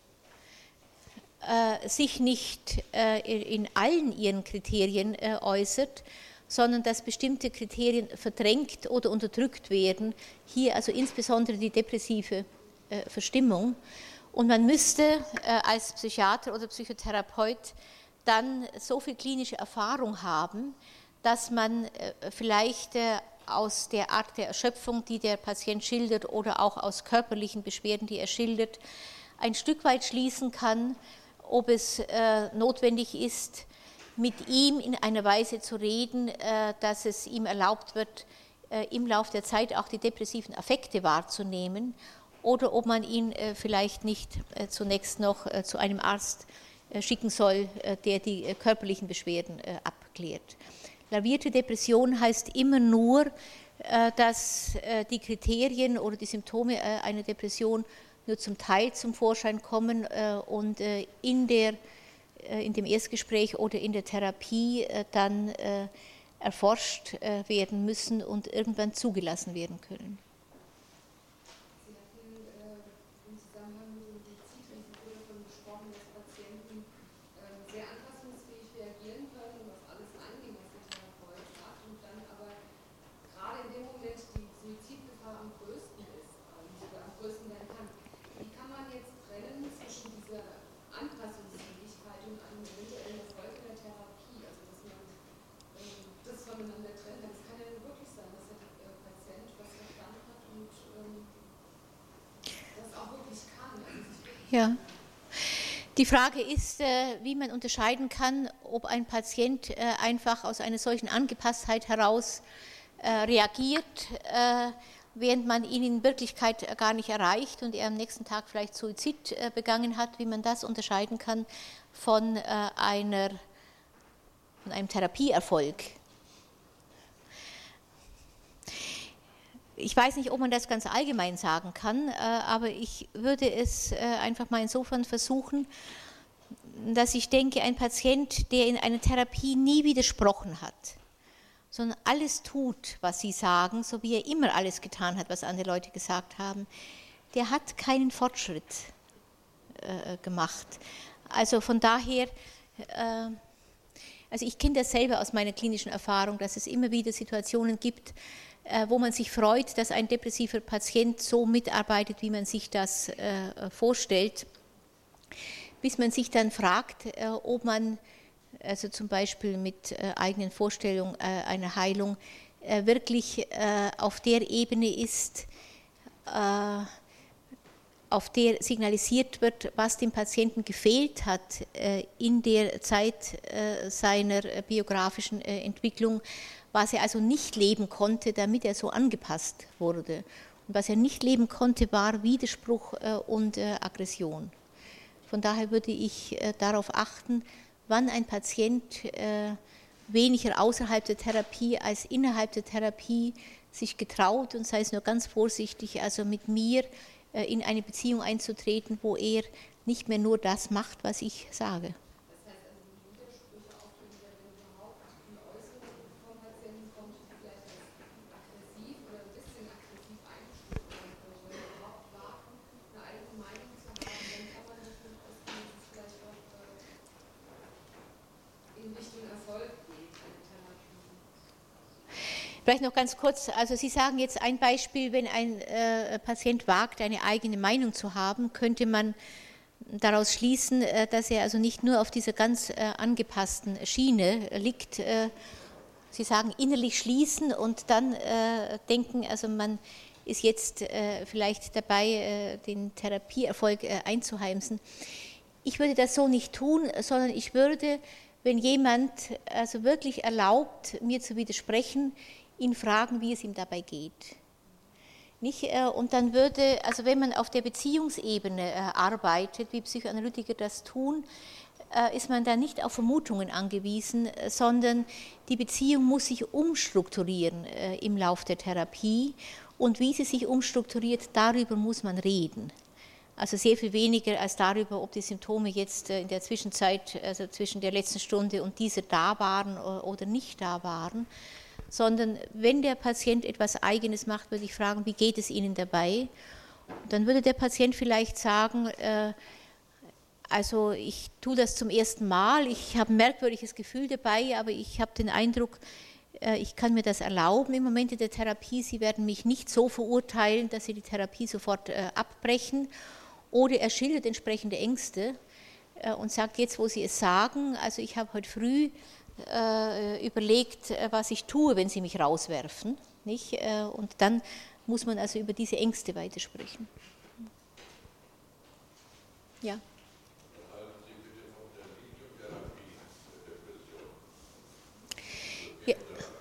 sich nicht in allen ihren Kriterien äußert, sondern dass bestimmte Kriterien verdrängt oder unterdrückt werden, hier also insbesondere die depressive Verstimmung. Und man müsste als Psychiater oder Psychotherapeut dann so viel klinische Erfahrung haben, dass man vielleicht aus der Art der Erschöpfung, die der Patient schildert, oder auch aus körperlichen Beschwerden, die er schildert, ein Stück weit schließen kann, ob es notwendig ist, mit ihm in einer Weise zu reden, dass es ihm erlaubt wird, im Laufe der Zeit auch die depressiven Affekte wahrzunehmen, oder ob man ihn vielleicht nicht zunächst noch zu einem Arzt schicken soll, der die körperlichen Beschwerden abklärt. Larvierte Depression heißt immer nur, dass die Kriterien oder die Symptome einer Depression nur zum Teil zum Vorschein kommen und in dem Erstgespräch oder in der Therapie dann erforscht werden müssen und irgendwann zugelassen werden können. Sie hatten im Zusammenhang mit dem Suizidrisiko davon gesprochen, dass Patienten sehr anpassungsfähig reagieren können und auf alles eingehen, was der Therapeut sagt, und dann aber gerade in dem Moment die Suizidgefahr am größten ist oder am größten werden kann. Wie kann man jetzt trennen zwischen dieser Anpassungsfähigkeit und einem eventuellen Erfolg in der Therapie? Also dass man das voneinander trennt. Das kann ja wirklich sein, dass der Patient was verstanden hat und das auch wirklich kann. Ja. Die Frage ist, wie man unterscheiden kann, ob ein Patient einfach aus einer solchen Angepasstheit heraus reagiert, während man ihn in Wirklichkeit gar nicht erreicht und er am nächsten Tag vielleicht Suizid begangen hat, wie man das unterscheiden kann von einem Therapieerfolg. Ich weiß nicht, ob man das ganz allgemein sagen kann, aber ich würde es einfach mal insofern versuchen, dass ich denke, ein Patient, der in einer Therapie nie widersprochen hat, sondern alles tut, was Sie sagen, so wie er immer alles getan hat, was andere Leute gesagt haben, der hat keinen Fortschritt gemacht. Also von daher, also ich kenne das selber aus meiner klinischen Erfahrung, dass es immer wieder Situationen gibt, wo man sich freut, dass ein depressiver Patient so mitarbeitet, wie man sich das vorstellt, bis man sich dann fragt, ob man, also zum Beispiel mit eigenen Vorstellungen einer Heilung, wirklich auf der Ebene ist, auf der signalisiert wird, was dem Patienten gefehlt hat in der Zeit seiner biografischen Entwicklung, was er also nicht leben konnte, damit er so angepasst wurde. Und was er nicht leben konnte, war Widerspruch und Aggression. Von daher würde ich darauf achten, wann ein Patient weniger außerhalb der Therapie als innerhalb der Therapie sich getraut, und sei es nur ganz vorsichtig, also mit mir in eine Beziehung einzutreten, wo er nicht mehr nur das macht, was ich sage. Das heißt Erfolg geht, eine Therapie. Vielleicht noch ganz kurz, also Sie sagen jetzt ein Beispiel, wenn ein Patient wagt, eine eigene Meinung zu haben, könnte man daraus schließen, dass er also nicht nur auf dieser ganz angepassten Schiene liegt. Sie sagen innerlich schließen und dann denken, also man ist jetzt vielleicht dabei, den Therapieerfolg einzuheimsen. Ich würde das so nicht tun, sondern ich würde, wenn jemand also wirklich erlaubt, mir zu widersprechen, ihn fragen, wie es ihm dabei geht. Nicht? Und dann würde, also wenn man auf der Beziehungsebene arbeitet, wie Psychoanalytiker das tun, ist man da nicht auf Vermutungen angewiesen, sondern die Beziehung muss sich umstrukturieren im Lauf der Therapie. Und wie sie sich umstrukturiert, darüber muss man reden. Also sehr viel weniger als darüber, ob die Symptome jetzt in der Zwischenzeit, also zwischen der letzten Stunde und dieser da waren oder nicht da waren, sondern wenn der Patient etwas Eigenes macht, würde ich fragen, wie geht es Ihnen dabei? Dann würde der Patient vielleicht sagen, also ich tue das zum ersten Mal, ich habe ein merkwürdiges Gefühl dabei, aber ich habe den Eindruck, ich kann mir das erlauben im Moment der Therapie, Sie werden mich nicht so verurteilen, dass Sie die Therapie sofort abbrechen. Oder er schildert entsprechende Ängste und sagt jetzt, wo Sie es sagen, also ich habe heute früh überlegt, was ich tue, wenn Sie mich rauswerfen. Nicht? Und dann muss man also über diese Ängste weitersprechen. Ja. Ja.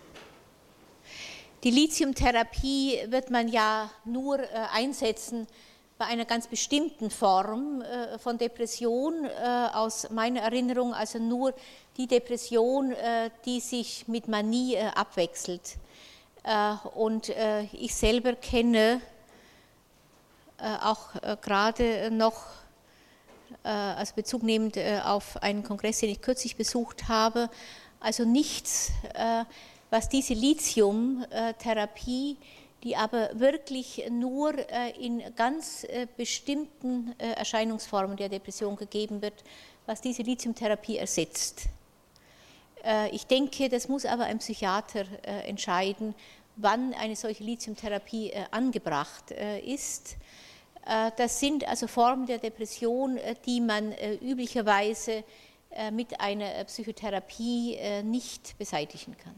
Die Lithiumtherapie wird man ja nur einsetzen bei einer ganz bestimmten Form von Depression, aus meiner Erinnerung also nur die Depression, die sich mit Manie abwechselt. Und ich selber kenne auch gerade noch, also Bezug nehmend auf einen Kongress, den ich kürzlich besucht habe, also nichts, was diese Lithiumtherapie, die aber wirklich nur in ganz bestimmten Erscheinungsformen der Depression gegeben wird, was diese Lithiumtherapie ersetzt. Ich denke, das muss aber ein Psychiater entscheiden, wann eine solche Lithiumtherapie angebracht ist. Das sind also Formen der Depression, die man üblicherweise mit einer Psychotherapie nicht beseitigen kann.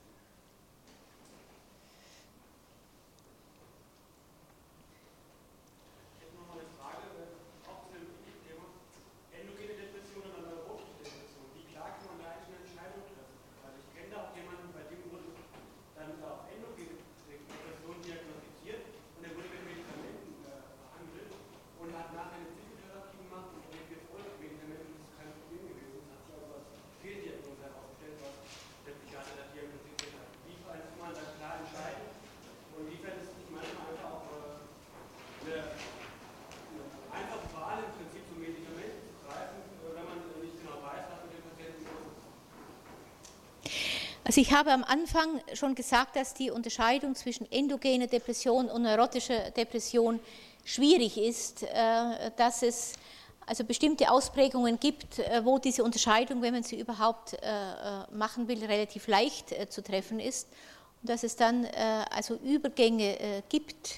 Also ich habe am Anfang schon gesagt, dass die Unterscheidung zwischen endogener Depression und neurotischer Depression schwierig ist, dass es also bestimmte Ausprägungen gibt, wo diese Unterscheidung, wenn man sie überhaupt machen will, relativ leicht zu treffen ist und dass es dann also Übergänge gibt.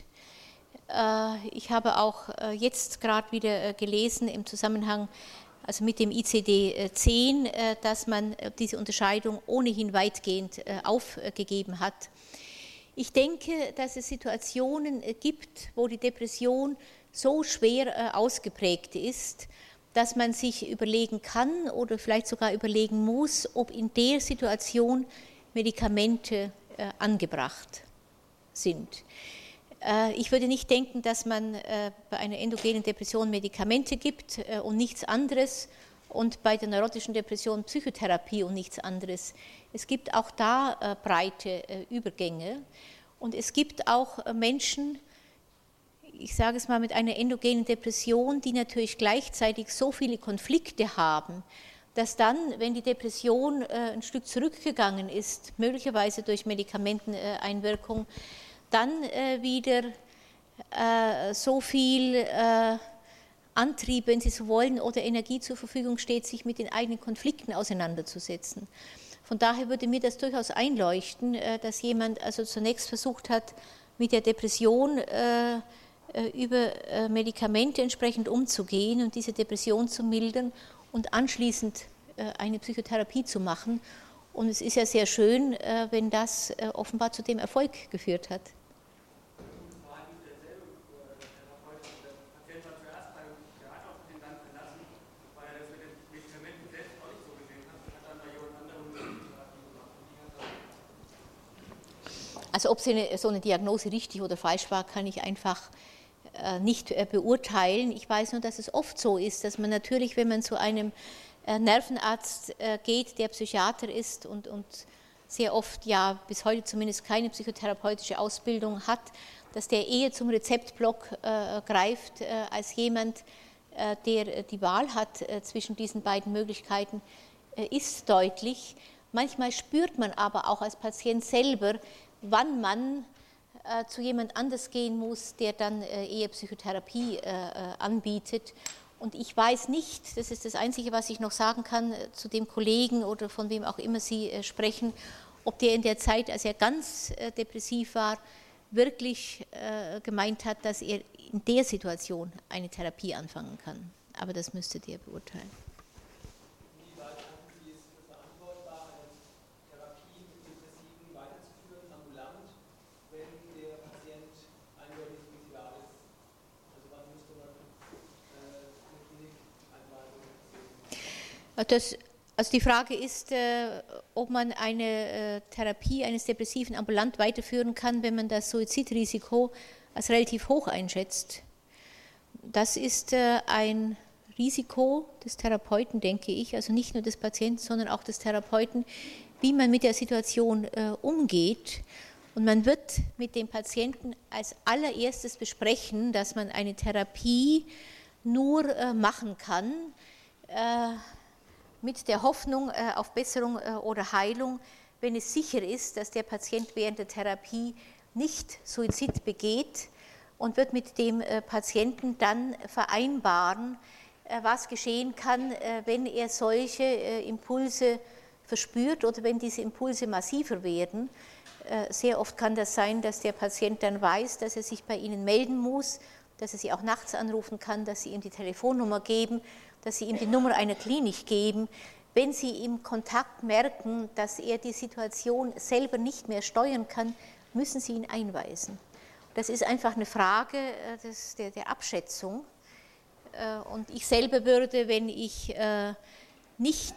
Ich habe auch jetzt gerade wieder gelesen im Zusammenhang also mit dem ICD-10, dass man diese Unterscheidung ohnehin weitgehend aufgegeben hat. Ich denke, dass es Situationen gibt, wo die Depression so schwer ausgeprägt ist, dass man sich überlegen kann oder vielleicht sogar überlegen muss, ob in der Situation Medikamente angebracht sind. Ich würde nicht denken, dass man bei einer endogenen Depression Medikamente gibt und nichts anderes und bei der neurotischen Depression Psychotherapie und nichts anderes. Es gibt auch da breite Übergänge und es gibt auch Menschen, ich sage es mal, mit einer endogenen Depression, die natürlich gleichzeitig so viele Konflikte haben, dass dann, wenn die Depression ein Stück zurückgegangen ist, möglicherweise durch Medikamenteneinwirkung, dann wieder so viel Antrieb, wenn Sie so wollen, oder Energie zur Verfügung steht, sich mit den eigenen Konflikten auseinanderzusetzen. Von daher würde mir das durchaus einleuchten, dass jemand also zunächst versucht hat, mit der Depression über Medikamente entsprechend umzugehen und diese Depression zu mildern und anschließend eine Psychotherapie zu machen. Und es ist ja sehr schön, wenn das offenbar zu dem Erfolg geführt hat. Also ob so eine Diagnose richtig oder falsch war, kann ich einfach nicht beurteilen. Ich weiß nur, dass es oft so ist, dass man natürlich, wenn man zu einem Nervenarzt geht, der Psychiater ist und sehr oft ja bis heute zumindest keine psychotherapeutische Ausbildung hat, dass der eher zum Rezeptblock greift als jemand, der die Wahl hat zwischen diesen beiden Möglichkeiten, ist deutlich. Manchmal spürt man aber auch als Patient selber, wann man zu jemand anders gehen muss, der dann eher Psychotherapie anbietet. Und ich weiß nicht, das ist das Einzige, was ich noch sagen kann, zu dem Kollegen oder von wem auch immer Sie sprechen, ob der in der Zeit, als er ganz depressiv war, wirklich gemeint hat, dass er in der Situation eine Therapie anfangen kann. Aber das müsste der beurteilen. Also die Frage ist, ob man eine Therapie eines Depressiven ambulant weiterführen kann, wenn man das Suizidrisiko als relativ hoch einschätzt. Das ist ein Risiko des Therapeuten, denke ich, also nicht nur des Patienten, sondern auch des Therapeuten, wie man mit der Situation umgeht. Und man wird mit dem Patienten als allererstes besprechen, dass man eine Therapie nur machen kann, mit der Hoffnung auf Besserung oder Heilung, wenn es sicher ist, dass der Patient während der Therapie nicht Suizid begeht, und wird mit dem Patienten dann vereinbaren, was geschehen kann, wenn er solche Impulse verspürt oder wenn diese Impulse massiver werden. Sehr oft kann das sein, dass der Patient dann weiß, dass er sich bei Ihnen melden muss, dass er Sie auch nachts anrufen kann, dass Sie ihm die Telefonnummer geben, dass Sie ihm die Nummer einer Klinik geben. Wenn Sie im Kontakt merken, dass er die Situation selber nicht mehr steuern kann, müssen Sie ihn einweisen. Das ist einfach eine Frage der Abschätzung. Und ich selber würde, wenn ich nicht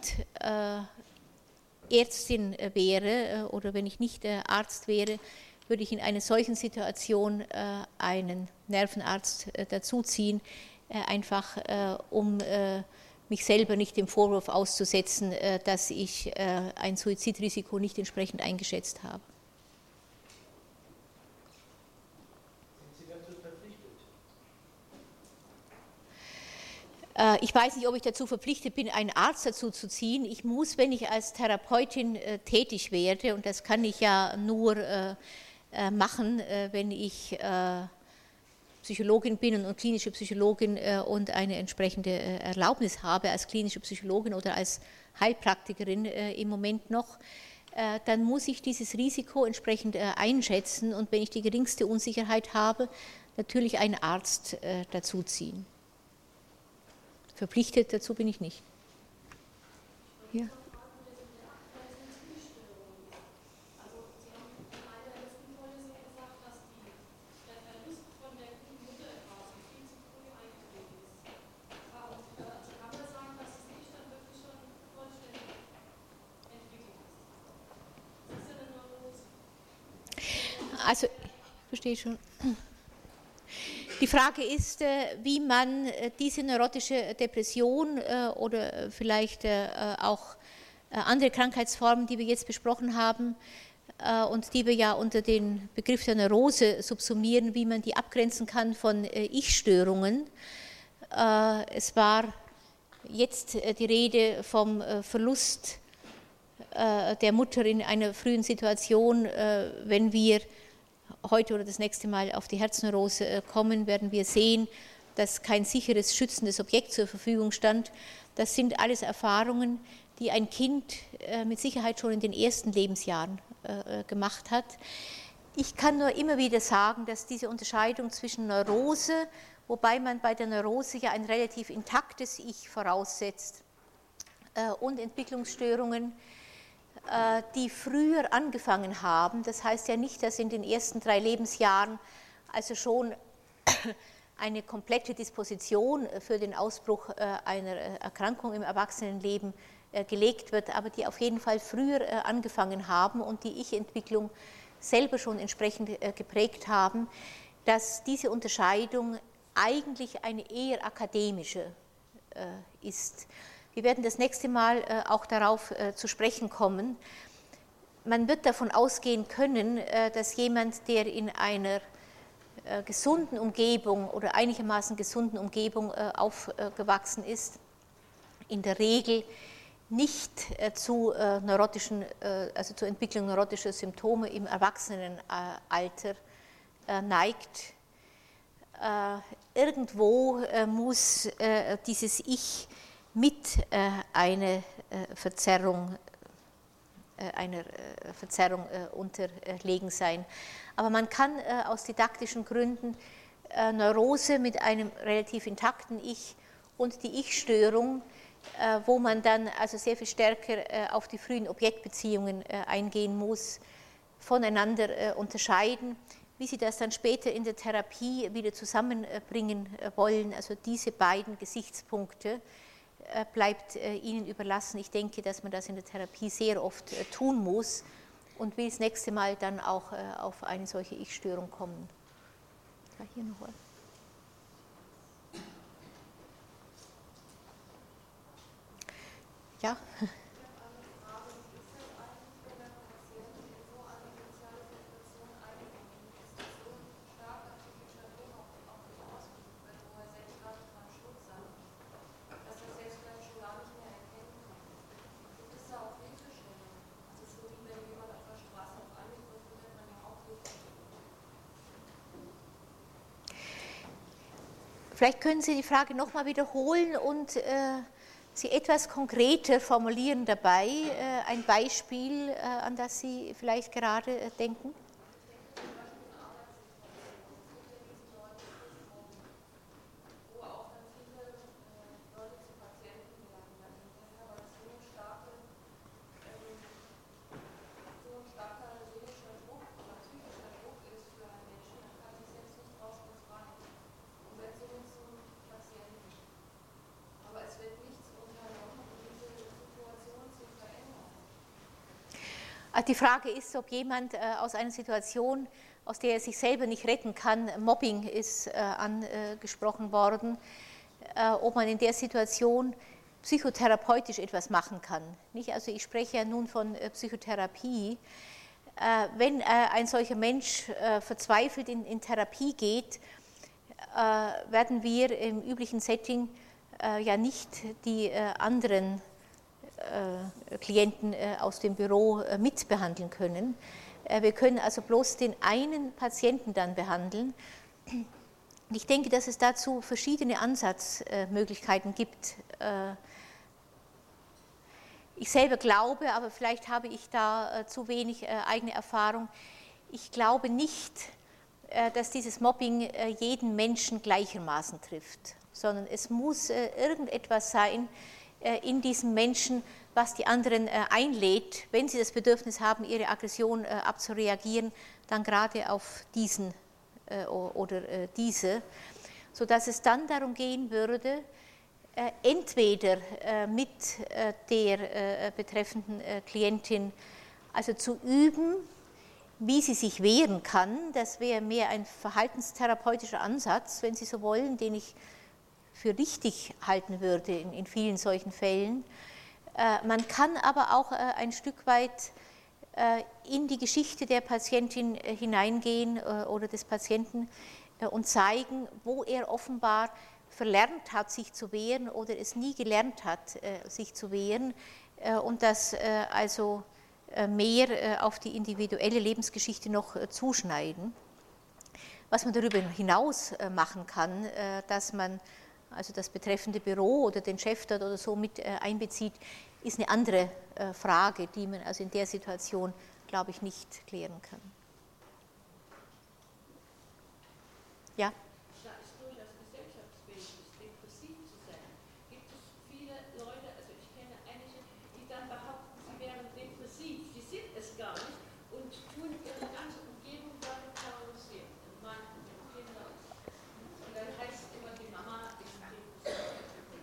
Ärztin wäre oder wenn ich nicht Arzt wäre, würde ich in einer solchen Situation einen Nervenarzt dazuziehen, einfach um mich selber nicht dem Vorwurf auszusetzen, dass ich ein Suizidrisiko nicht entsprechend eingeschätzt habe. Ich weiß nicht, ob ich dazu verpflichtet bin, einen Arzt dazu zu ziehen. Ich muss, wenn ich als Therapeutin tätig werde, und das kann ich ja nur machen, wenn ich Psychologin bin und klinische Psychologin und eine entsprechende Erlaubnis habe als klinische Psychologin oder als Heilpraktikerin im Moment noch, dann muss ich dieses Risiko entsprechend einschätzen und wenn ich die geringste Unsicherheit habe, natürlich einen Arzt dazuziehen. Verpflichtet dazu bin ich nicht. Ja. Also, ich verstehe schon. Die Frage ist, wie man diese neurotische Depression oder vielleicht auch andere Krankheitsformen, die wir jetzt besprochen haben und die wir ja unter den Begriff der Neurose subsumieren, wie man die abgrenzen kann von Ich-Störungen. Es war jetzt die Rede vom Verlust der Mutter in einer frühen Situation. Wenn wir heute oder das nächste Mal auf die Herzneurose kommen, werden wir sehen, dass kein sicheres, schützendes Objekt zur Verfügung stand. Das sind alles Erfahrungen, die ein Kind mit Sicherheit schon in den ersten Lebensjahren gemacht hat. Ich kann nur immer wieder sagen, dass diese Unterscheidung zwischen Neurose, wobei man bei der Neurose ja ein relativ intaktes Ich voraussetzt, und Entwicklungsstörungen, die früher angefangen haben, das heißt ja nicht, dass in den ersten 3 Lebensjahren also schon eine komplette Disposition für den Ausbruch einer Erkrankung im Erwachsenenleben gelegt wird, aber die auf jeden Fall früher angefangen haben und die Ich-Entwicklung selber schon entsprechend geprägt haben, dass diese Unterscheidung eigentlich eine eher akademische ist. Wir werden das nächste Mal auch darauf zu sprechen kommen. Man wird davon ausgehen können, dass jemand, der in einer gesunden Umgebung oder einigermaßen gesunden Umgebung aufgewachsen ist, in der Regel nicht zu neurotischen, also zur Entwicklung neurotischer Symptome im Erwachsenenalter neigt. Irgendwo muss dieses Ich mit einer Verzerrung unterlegen sein. Aber man kann aus didaktischen Gründen Neurose mit einem relativ intakten Ich und die Ich-Störung, wo man dann also sehr viel stärker auf die frühen Objektbeziehungen eingehen muss, voneinander unterscheiden. Wie Sie das dann später in der Therapie wieder zusammenbringen wollen, also diese beiden Gesichtspunkte, bleibt Ihnen überlassen. Ich denke, dass man das in der Therapie sehr oft tun muss und will das nächste Mal dann auch auf eine solche Ich-Störung kommen. Hier noch was. Ja? Vielleicht können Sie die Frage nochmal wiederholen und sie etwas konkreter formulieren dabei, ein Beispiel, an das Sie vielleicht gerade denken. Die Frage ist, ob jemand aus einer Situation, aus der er sich selber nicht retten kann, Mobbing ist angesprochen worden, ob man in der Situation psychotherapeutisch etwas machen kann. Also ich spreche ja nun von Psychotherapie. Wenn ein solcher Mensch verzweifelt in Therapie geht, werden wir im üblichen Setting ja nicht die anderen Klienten aus dem Büro mitbehandeln können. Wir können also bloß den einen Patienten dann behandeln. Ich denke, dass es dazu verschiedene Ansatzmöglichkeiten gibt. Ich selber glaube, aber vielleicht habe ich da zu wenig eigene Erfahrung, ich glaube nicht, dass dieses Mobbing jeden Menschen gleichermaßen trifft, sondern es muss irgendetwas sein, in diesen Menschen, was die anderen einlädt, wenn sie das Bedürfnis haben, ihre Aggression abzureagieren, dann gerade auf diesen oder diese, sodass es dann darum gehen würde, entweder mit der betreffenden Klientin also zu üben, wie sie sich wehren kann. Das wäre mehr ein verhaltenstherapeutischer Ansatz, wenn Sie so wollen, den ich für richtig halten würde in vielen solchen Fällen. Man kann aber auch ein Stück weit in die Geschichte der Patientin hineingehen oder des Patienten und zeigen, wo er offenbar verlernt hat, sich zu wehren oder es nie gelernt hat, sich zu wehren und das also mehr auf die individuelle Lebensgeschichte noch zuschneiden. Was man darüber hinaus machen kann, dass man also das betreffende Büro oder den Chef dort oder so mit einbezieht, ist eine andere Frage, die man also in der Situation, glaube ich, nicht klären kann. Ja? Da ist durchaus gesellschaftsfähig, depressiv zu sein. Gibt es viele Leute, also ich kenne einige, die dann behaupten, sie wären depressiv. Die sind es gar nicht und tun ihre ganze Umgebung damit terrorisieren. Und Mann und Kinder. Und dann heißt es immer, die Mama ist depressiv.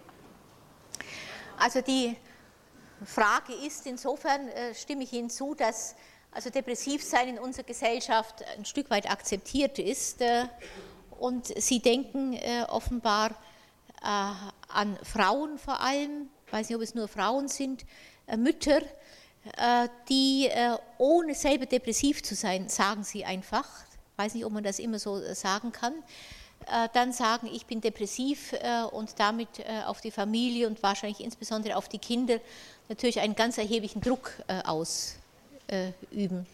Also die Frage ist, insofern stimme ich Ihnen zu, dass also Depressivsein in unserer Gesellschaft ein Stück weit akzeptiert ist. Und Sie denken offenbar an Frauen vor allem, ich weiß nicht, ob es nur Frauen sind, Mütter, die ohne selber depressiv zu sein, sagen sie einfach, ich weiß nicht, ob man das immer so sagen kann, dann sagen, ich bin depressiv und damit auf die Familie und wahrscheinlich insbesondere auf die Kinder natürlich einen ganz erheblichen Druck ausüben.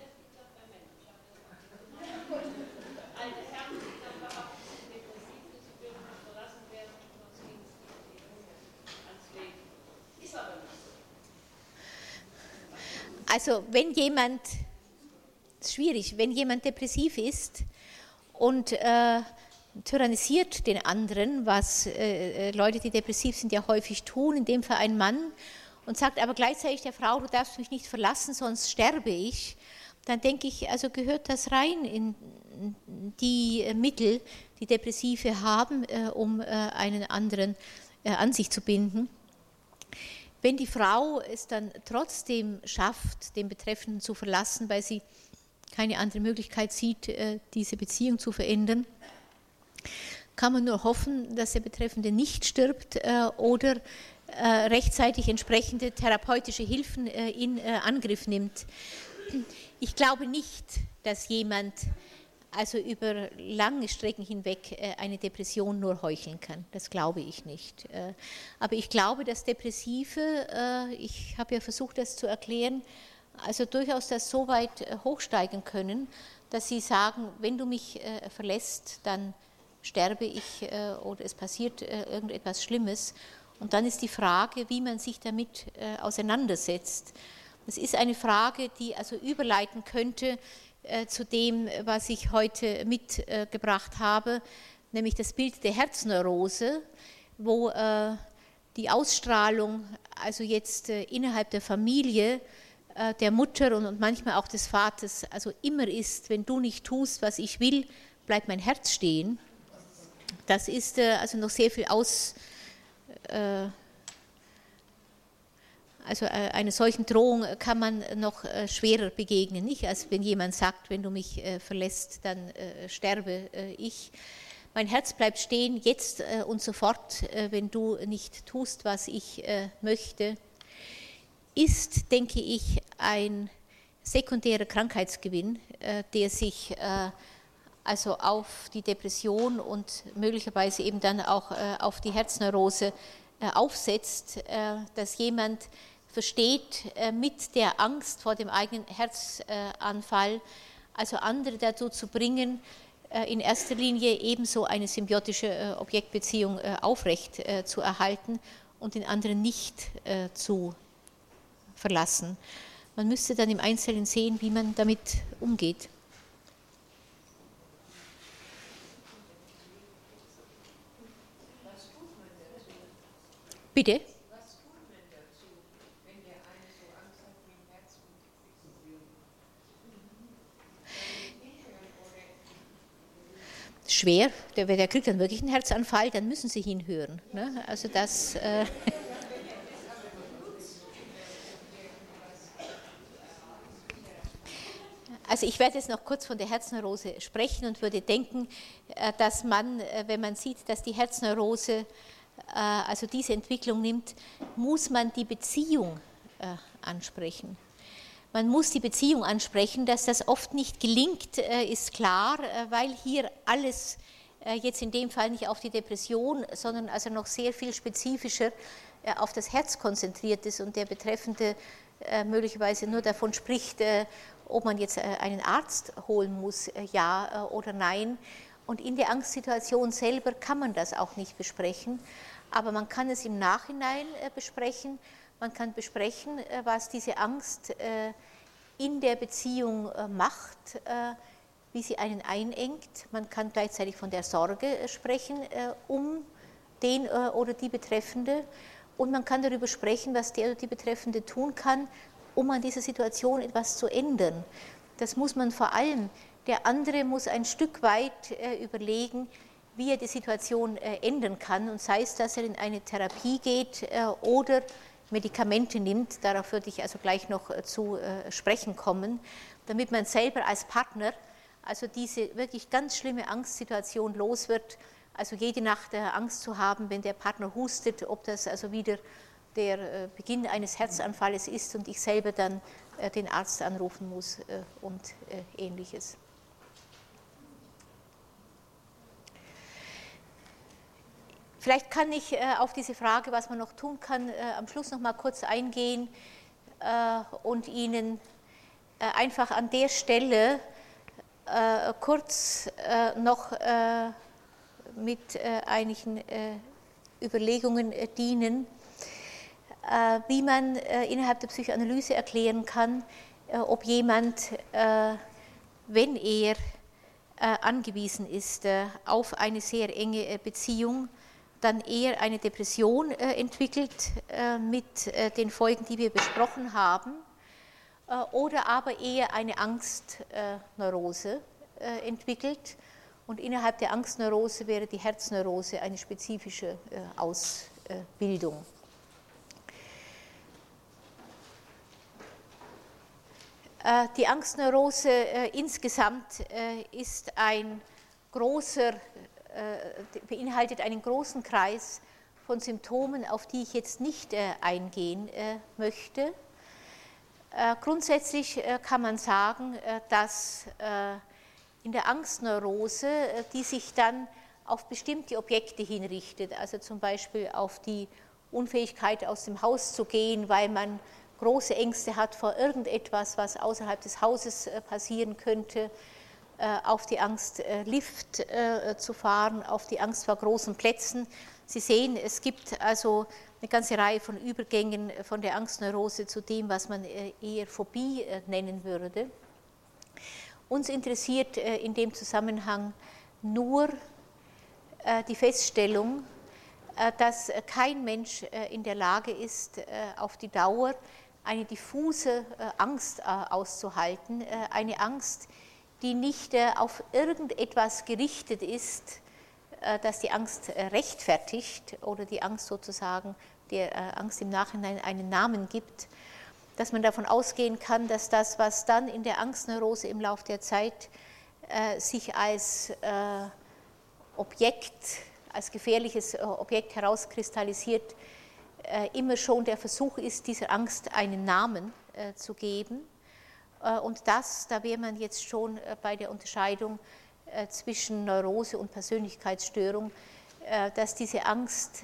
Also wenn jemand, das ist schwierig, wenn jemand depressiv ist und tyrannisiert den anderen, was Leute, die depressiv sind, ja häufig tun, in dem Fall ein Mann, und sagt aber gleichzeitig der Frau, du darfst mich nicht verlassen, sonst sterbe ich, dann denke ich, also gehört das rein in die Mittel, die Depressive haben, um einen anderen an sich zu binden. Wenn die Frau es dann trotzdem schafft, den Betreffenden zu verlassen, weil sie keine andere Möglichkeit sieht, diese Beziehung zu verändern, kann man nur hoffen, dass der Betreffende nicht stirbt oder rechtzeitig entsprechende therapeutische Hilfen in Angriff nimmt. Ich glaube nicht, dass jemand also über lange Strecken hinweg eine Depression nur heucheln kann. Das glaube ich nicht. Aber ich glaube, dass Depressive, ich habe ja versucht, das zu erklären, also durchaus das so weit hochsteigen können, dass sie sagen, wenn du mich verlässt, dann sterbe ich oder es passiert irgendetwas Schlimmes. Und dann ist die Frage, wie man sich damit auseinandersetzt. Das ist eine Frage, die also überleiten könnte zu dem, was ich heute mitgebracht habe, nämlich das Bild der Herzneurose, wo die Ausstrahlung also jetzt innerhalb der Familie der Mutter und manchmal auch des Vaters also immer ist, wenn du nicht tust, was ich will, bleibt mein Herz stehen. Das ist also noch sehr viel also einer solchen Drohung kann man noch schwerer begegnen, nicht? Als wenn jemand sagt, wenn du mich verlässt, dann sterbe ich. Mein Herz bleibt stehen, jetzt und sofort, wenn du nicht tust, was ich möchte, ist, denke ich, ein sekundärer Krankheitsgewinn, der sich also auf die Depression und möglicherweise eben dann auch auf die Herzneurose aufsetzt, dass jemand versteht, mit der Angst vor dem eigenen Herzanfall, also andere dazu zu bringen, in erster Linie ebenso eine symbiotische Objektbeziehung aufrecht zu erhalten und den anderen nicht zu verlassen. Man müsste dann im Einzelnen sehen, wie man damit umgeht. Bitte? Was tut man dazu, wenn der eine so Angst hat, mit dem Herz zu Schwer, der kriegt dann wirklich einen Herzanfall, dann müssen Sie hinhören. Ne? Also das... Also ich werde jetzt noch kurz von der Herzneurose sprechen und würde denken, dass man, wenn man sieht, dass die Herzneurose also diese Entwicklung nimmt, muss man die Beziehung ansprechen. Man muss die Beziehung ansprechen, dass das oft nicht gelingt, ist klar, weil hier alles jetzt in dem Fall nicht auf die Depression, sondern also noch sehr viel spezifischer auf das Herz konzentriert ist und der Betreffende möglicherweise nur davon spricht, ob man jetzt einen Arzt holen muss, ja oder nein. Und in der Angstsituation selber kann man das auch nicht besprechen, aber man kann es im Nachhinein besprechen. Man kann besprechen, was diese Angst in der Beziehung macht, wie sie einen einengt. Man kann gleichzeitig von der Sorge sprechen um den oder die Betreffende. Und man kann darüber sprechen, was der oder die Betreffende tun kann, um an dieser Situation etwas zu ändern. Das muss man vor allem, der andere muss ein Stück weit überlegen, wie er die Situation ändern kann. Und sei es, dass er in eine Therapie geht oder Medikamente nimmt, darauf würde ich also gleich noch zu sprechen kommen, damit man selber als Partner also diese wirklich ganz schlimme Angstsituation los wird, also jede Nacht Angst zu haben, wenn der Partner hustet, ob das also wieder der Beginn eines Herzanfalles ist und ich selber dann den Arzt anrufen muss und Ähnliches. Vielleicht kann ich auf diese Frage, was man noch tun kann, am Schluss noch mal kurz eingehen und Ihnen einfach an der Stelle kurz noch mit einigen Überlegungen dienen, wie man innerhalb der Psychoanalyse erklären kann, ob jemand, wenn er angewiesen ist auf eine sehr enge Beziehung, dann eher eine Depression entwickelt mit den Folgen, die wir besprochen haben, oder aber eher eine Angstneurose entwickelt. Und innerhalb der Angstneurose wäre die Herzneurose eine spezifische Ausbildung. Die Angstneurose insgesamt ist beinhaltet einen großen Kreis von Symptomen, auf die ich jetzt nicht eingehen möchte. Grundsätzlich kann man sagen, dass in der Angstneurose, die sich dann auf bestimmte Objekte hinrichtet, also zum Beispiel auf die Unfähigkeit aus dem Haus zu gehen, weil man große Ängste hat vor irgendetwas, was außerhalb des Hauses passieren könnte, auf die Angst, Lift zu fahren, auf die Angst vor großen Plätzen. Sie sehen, es gibt also eine ganze Reihe von Übergängen von der Angstneurose zu dem, was man eher Phobie nennen würde. Uns interessiert in dem Zusammenhang nur die Feststellung, dass kein Mensch in der Lage ist, auf die Dauer eine diffuse Angst auszuhalten, eine Angst, die nicht auf irgendetwas gerichtet ist, das die Angst rechtfertigt oder die Angst sozusagen der Angst im Nachhinein einen Namen gibt, dass man davon ausgehen kann, dass das, was dann in der Angstneurose im Laufe der Zeit sich als Objekt, als gefährliches Objekt herauskristallisiert, immer schon der Versuch ist, dieser Angst einen Namen zu geben. Und da wäre man jetzt schon bei der Unterscheidung zwischen Neurose und Persönlichkeitsstörung, dass diese Angst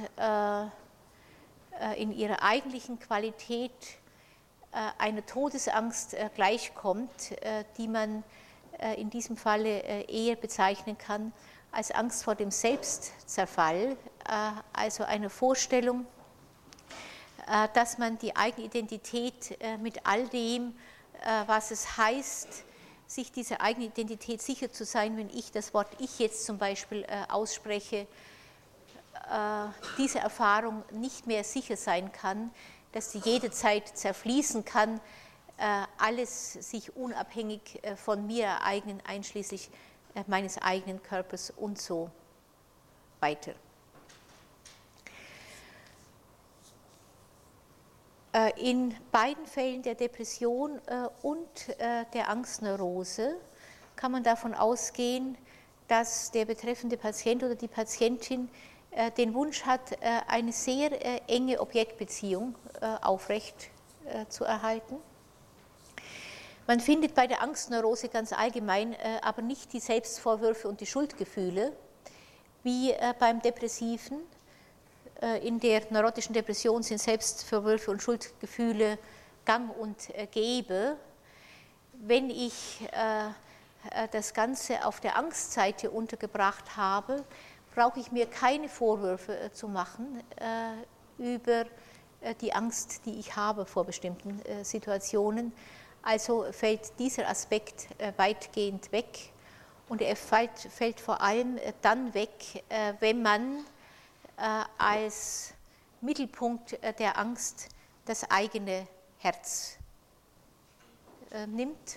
in ihrer eigentlichen Qualität einer Todesangst gleichkommt, die man in diesem Falle eher bezeichnen kann als Angst vor dem Selbstzerfall, also eine Vorstellung, dass man die Eigenidentität mit all dem, was es heißt, sich dieser eigenen Identität sicher zu sein, wenn ich das Wort Ich jetzt zum Beispiel ausspreche, diese Erfahrung nicht mehr sicher sein kann, dass sie jederzeit zerfließen kann, alles sich unabhängig von mir ereignen, einschließlich meines eigenen Körpers und so weiter. In beiden Fällen der Depression und der Angstneurose kann man davon ausgehen, dass der betreffende Patient oder die Patientin den Wunsch hat, eine sehr enge Objektbeziehung aufrecht zu erhalten. Man findet bei der Angstneurose ganz allgemein aber nicht die Selbstvorwürfe und die Schuldgefühle wie beim Depressiven. In der neurotischen Depression sind Selbstvorwürfe und Schuldgefühle gang und gäbe. Wenn ich das Ganze auf der Angstseite untergebracht habe, brauche ich mir keine Vorwürfe zu machen über die Angst, die ich habe vor bestimmten Situationen. Also fällt dieser Aspekt weitgehend weg und er fällt vor allem dann weg, wenn man als Mittelpunkt der Angst das eigene Herz nimmt.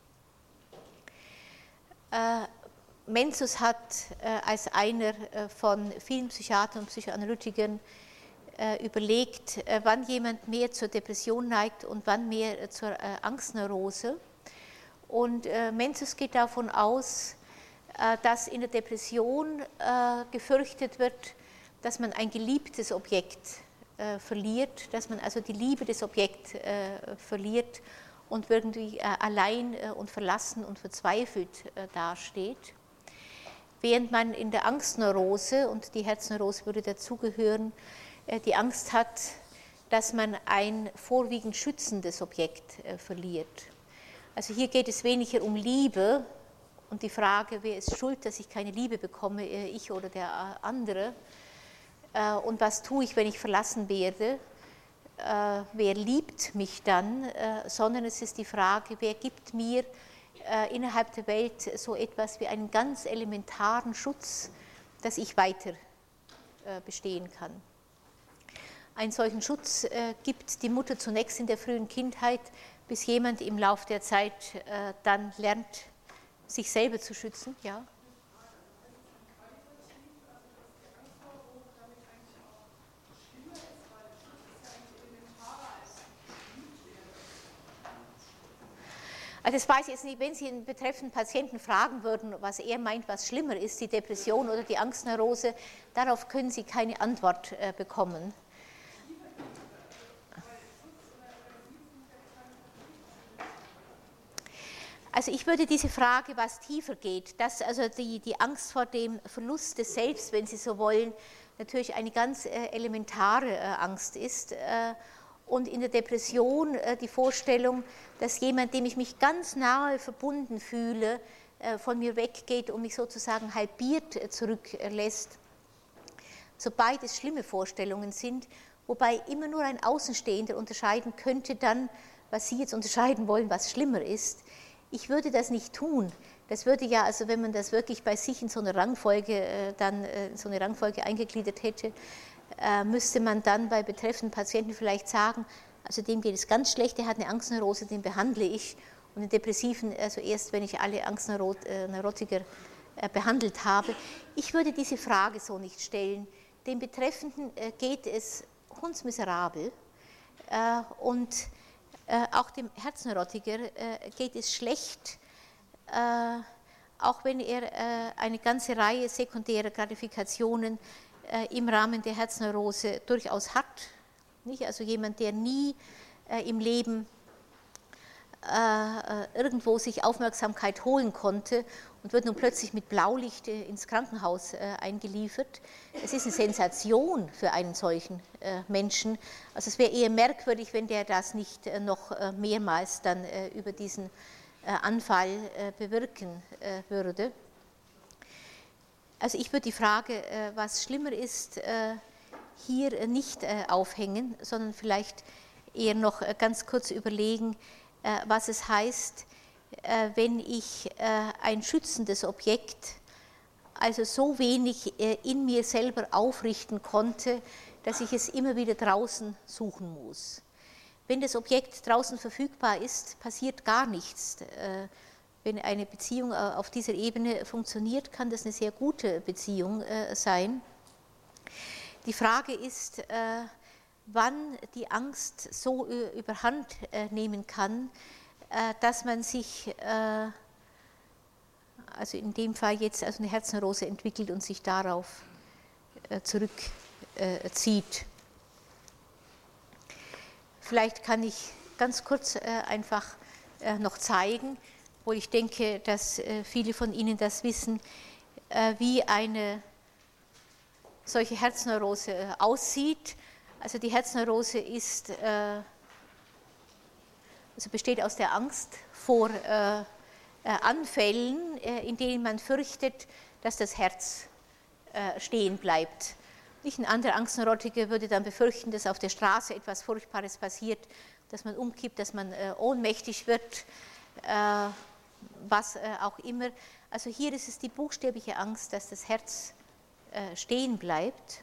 Mencius hat als einer von vielen Psychiatern und Psychoanalytikern überlegt, wann jemand mehr zur Depression neigt und wann mehr zur Angstneurose. Und Mencius geht davon aus, dass in der Depression gefürchtet wird, dass man ein geliebtes Objekt verliert, dass man also die Liebe des Objekts verliert und irgendwie allein und verlassen und verzweifelt dasteht. Während man in der Angstneurose, und die Herzneurose würde dazugehören, die Angst hat, dass man ein vorwiegend schützendes Objekt verliert. Also hier geht es weniger um Liebe und die Frage, wer ist schuld, dass ich keine Liebe bekomme, ich oder der andere, und was tue ich, wenn ich verlassen werde, wer liebt mich dann, sondern es ist die Frage, wer gibt mir innerhalb der Welt so etwas wie einen ganz elementaren Schutz, dass ich weiter bestehen kann. Einen solchen Schutz gibt die Mutter zunächst in der frühen Kindheit, bis jemand im Laufe der Zeit dann lernt, sich selber zu schützen. Ja? Also das weiß ich jetzt nicht, wenn Sie einen betreffenden Patienten fragen würden, was er meint, was schlimmer ist, die Depression oder die Angstneurose, darauf können Sie keine Antwort bekommen. Also ich würde diese Frage, was tiefer geht, dass also die Angst vor dem Verlust des Selbst, wenn Sie so wollen, natürlich eine ganz elementare Angst ist. Und in der Depression die Vorstellung, dass jemand, dem ich mich ganz nahe verbunden fühle, von mir weggeht und mich sozusagen halbiert zurücklässt. So beides schlimme Vorstellungen sind, wobei immer nur ein Außenstehender unterscheiden könnte dann, was Sie jetzt unterscheiden wollen, was schlimmer ist. Ich würde das nicht tun. Das würde ja, also wenn man das wirklich bei sich in so eine Rangfolge, eingegliedert hätte, müsste man dann bei betreffenden Patienten vielleicht sagen, also dem geht es ganz schlecht, der hat eine Angstneurose, den behandle ich, und den Depressiven, also erst wenn ich alle Angstneurotiker behandelt habe. Ich würde diese Frage so nicht stellen. Dem Betreffenden geht es hundsmiserabel und auch dem Herzneurotiker geht es schlecht, auch wenn er eine ganze Reihe sekundärer Gratifikationen im Rahmen der Herzneurose durchaus hat. Nicht? Also jemand, der nie im Leben irgendwo sich Aufmerksamkeit holen konnte und wird nun plötzlich mit Blaulicht ins Krankenhaus eingeliefert. Es ist eine Sensation für einen solchen Menschen. Also es wäre eher merkwürdig, wenn der das nicht noch mehrmals dann über diesen Anfall bewirken würde. Also ich würde die Frage, was schlimmer ist, hier nicht aufhängen, sondern vielleicht eher noch ganz kurz überlegen, was es heißt, wenn ich ein schützendes Objekt, also so wenig in mir selber aufrichten konnte, dass ich es immer wieder draußen suchen muss. Wenn das Objekt draußen verfügbar ist, passiert gar nichts. Wenn eine Beziehung auf dieser Ebene funktioniert, kann das eine sehr gute Beziehung sein. Die Frage ist, wann die Angst so überhand nehmen kann, dass man sich, also in dem Fall jetzt also eine Herzneurose entwickelt und sich darauf zurückzieht. Vielleicht kann ich ganz kurz einfach noch zeigen, wo ich denke, dass viele von Ihnen das wissen, wie eine solche Herzneurose aussieht. Also die Herzneurose ist, also besteht aus der Angst vor Anfällen, in denen man fürchtet, dass das Herz stehen bleibt. Nicht ein anderer Angstneurotiker würde dann befürchten, dass auf der Straße etwas Furchtbares passiert, dass man umkippt, dass man ohnmächtig wird, was auch immer. Also hier ist es die buchstäbliche Angst, dass das Herz stehen bleibt.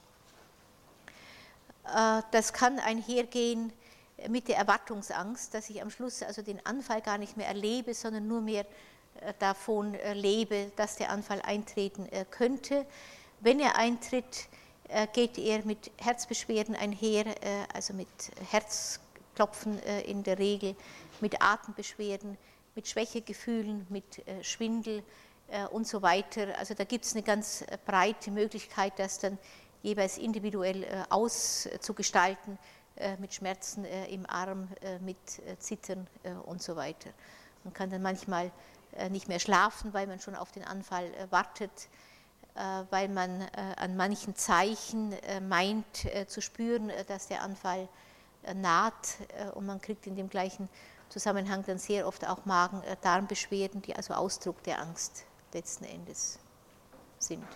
Das kann einhergehen mit der Erwartungsangst, dass ich am Schluss also den Anfall gar nicht mehr erlebe, sondern nur mehr davon lebe, dass der Anfall eintreten könnte. Wenn er eintritt, geht er mit Herzbeschwerden einher, also mit Herzklopfen in der Regel, mit Atembeschwerden, mit Schwächegefühlen, mit Schwindel und so weiter. Also da gibt es eine ganz breite Möglichkeit, das dann jeweils individuell auszugestalten, mit Schmerzen im Arm, mit Zittern und so weiter. Man kann dann manchmal nicht mehr schlafen, weil man schon auf den Anfall wartet, weil man an manchen Zeichen meint zu spüren, dass der Anfall naht, und man kriegt in dem gleichen Zusammenhang dann sehr oft auch Magen-Darm-Beschwerden, die also Ausdruck der Angst letzten Endes sind.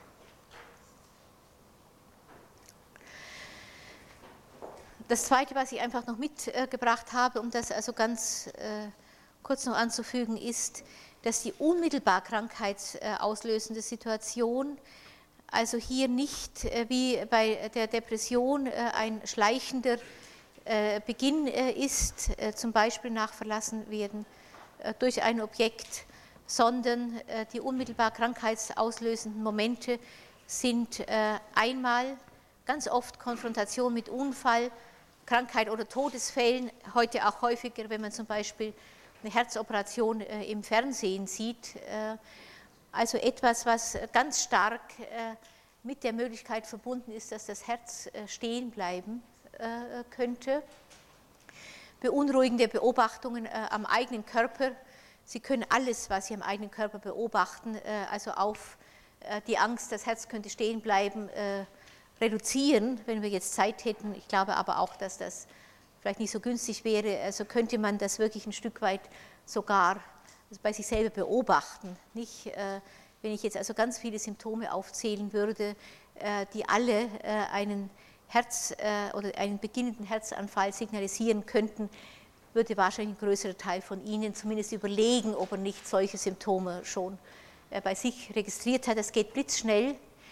Das Zweite, was ich einfach noch mitgebracht habe, um das also ganz kurz noch anzufügen, ist, dass die unmittelbar krankheitsauslösende Situation also hier nicht wie bei der Depression ein schleichender Beginn ist, zum Beispiel nach Verlassenwerden durch ein Objekt, sondern die unmittelbar krankheitsauslösenden Momente sind einmal ganz oft Konfrontation mit Unfall, Krankheit oder Todesfällen, heute auch häufiger, wenn man zum Beispiel eine Herzoperation im Fernsehen sieht. Also etwas, was ganz stark mit der Möglichkeit verbunden ist, dass das Herz stehen bleiben könnte. Beunruhigende Beobachtungen am eigenen Körper. Sie können alles, was Sie am eigenen Körper beobachten, also auf die Angst, das Herz könnte stehen bleiben, reduzieren, wenn wir jetzt Zeit hätten. Ich glaube aber auch, dass das vielleicht nicht so günstig wäre. Also könnte man das wirklich ein Stück weit sogar bei sich selber beobachten. Nicht, wenn ich jetzt also ganz viele Symptome aufzählen würde, die alle einen oder einen beginnenden Herzanfall signalisieren könnten, würde wahrscheinlich ein größerer Teil von Ihnen zumindest überlegen, ob er nicht solche Symptome schon bei sich registriert hat. Das geht blitzschnell.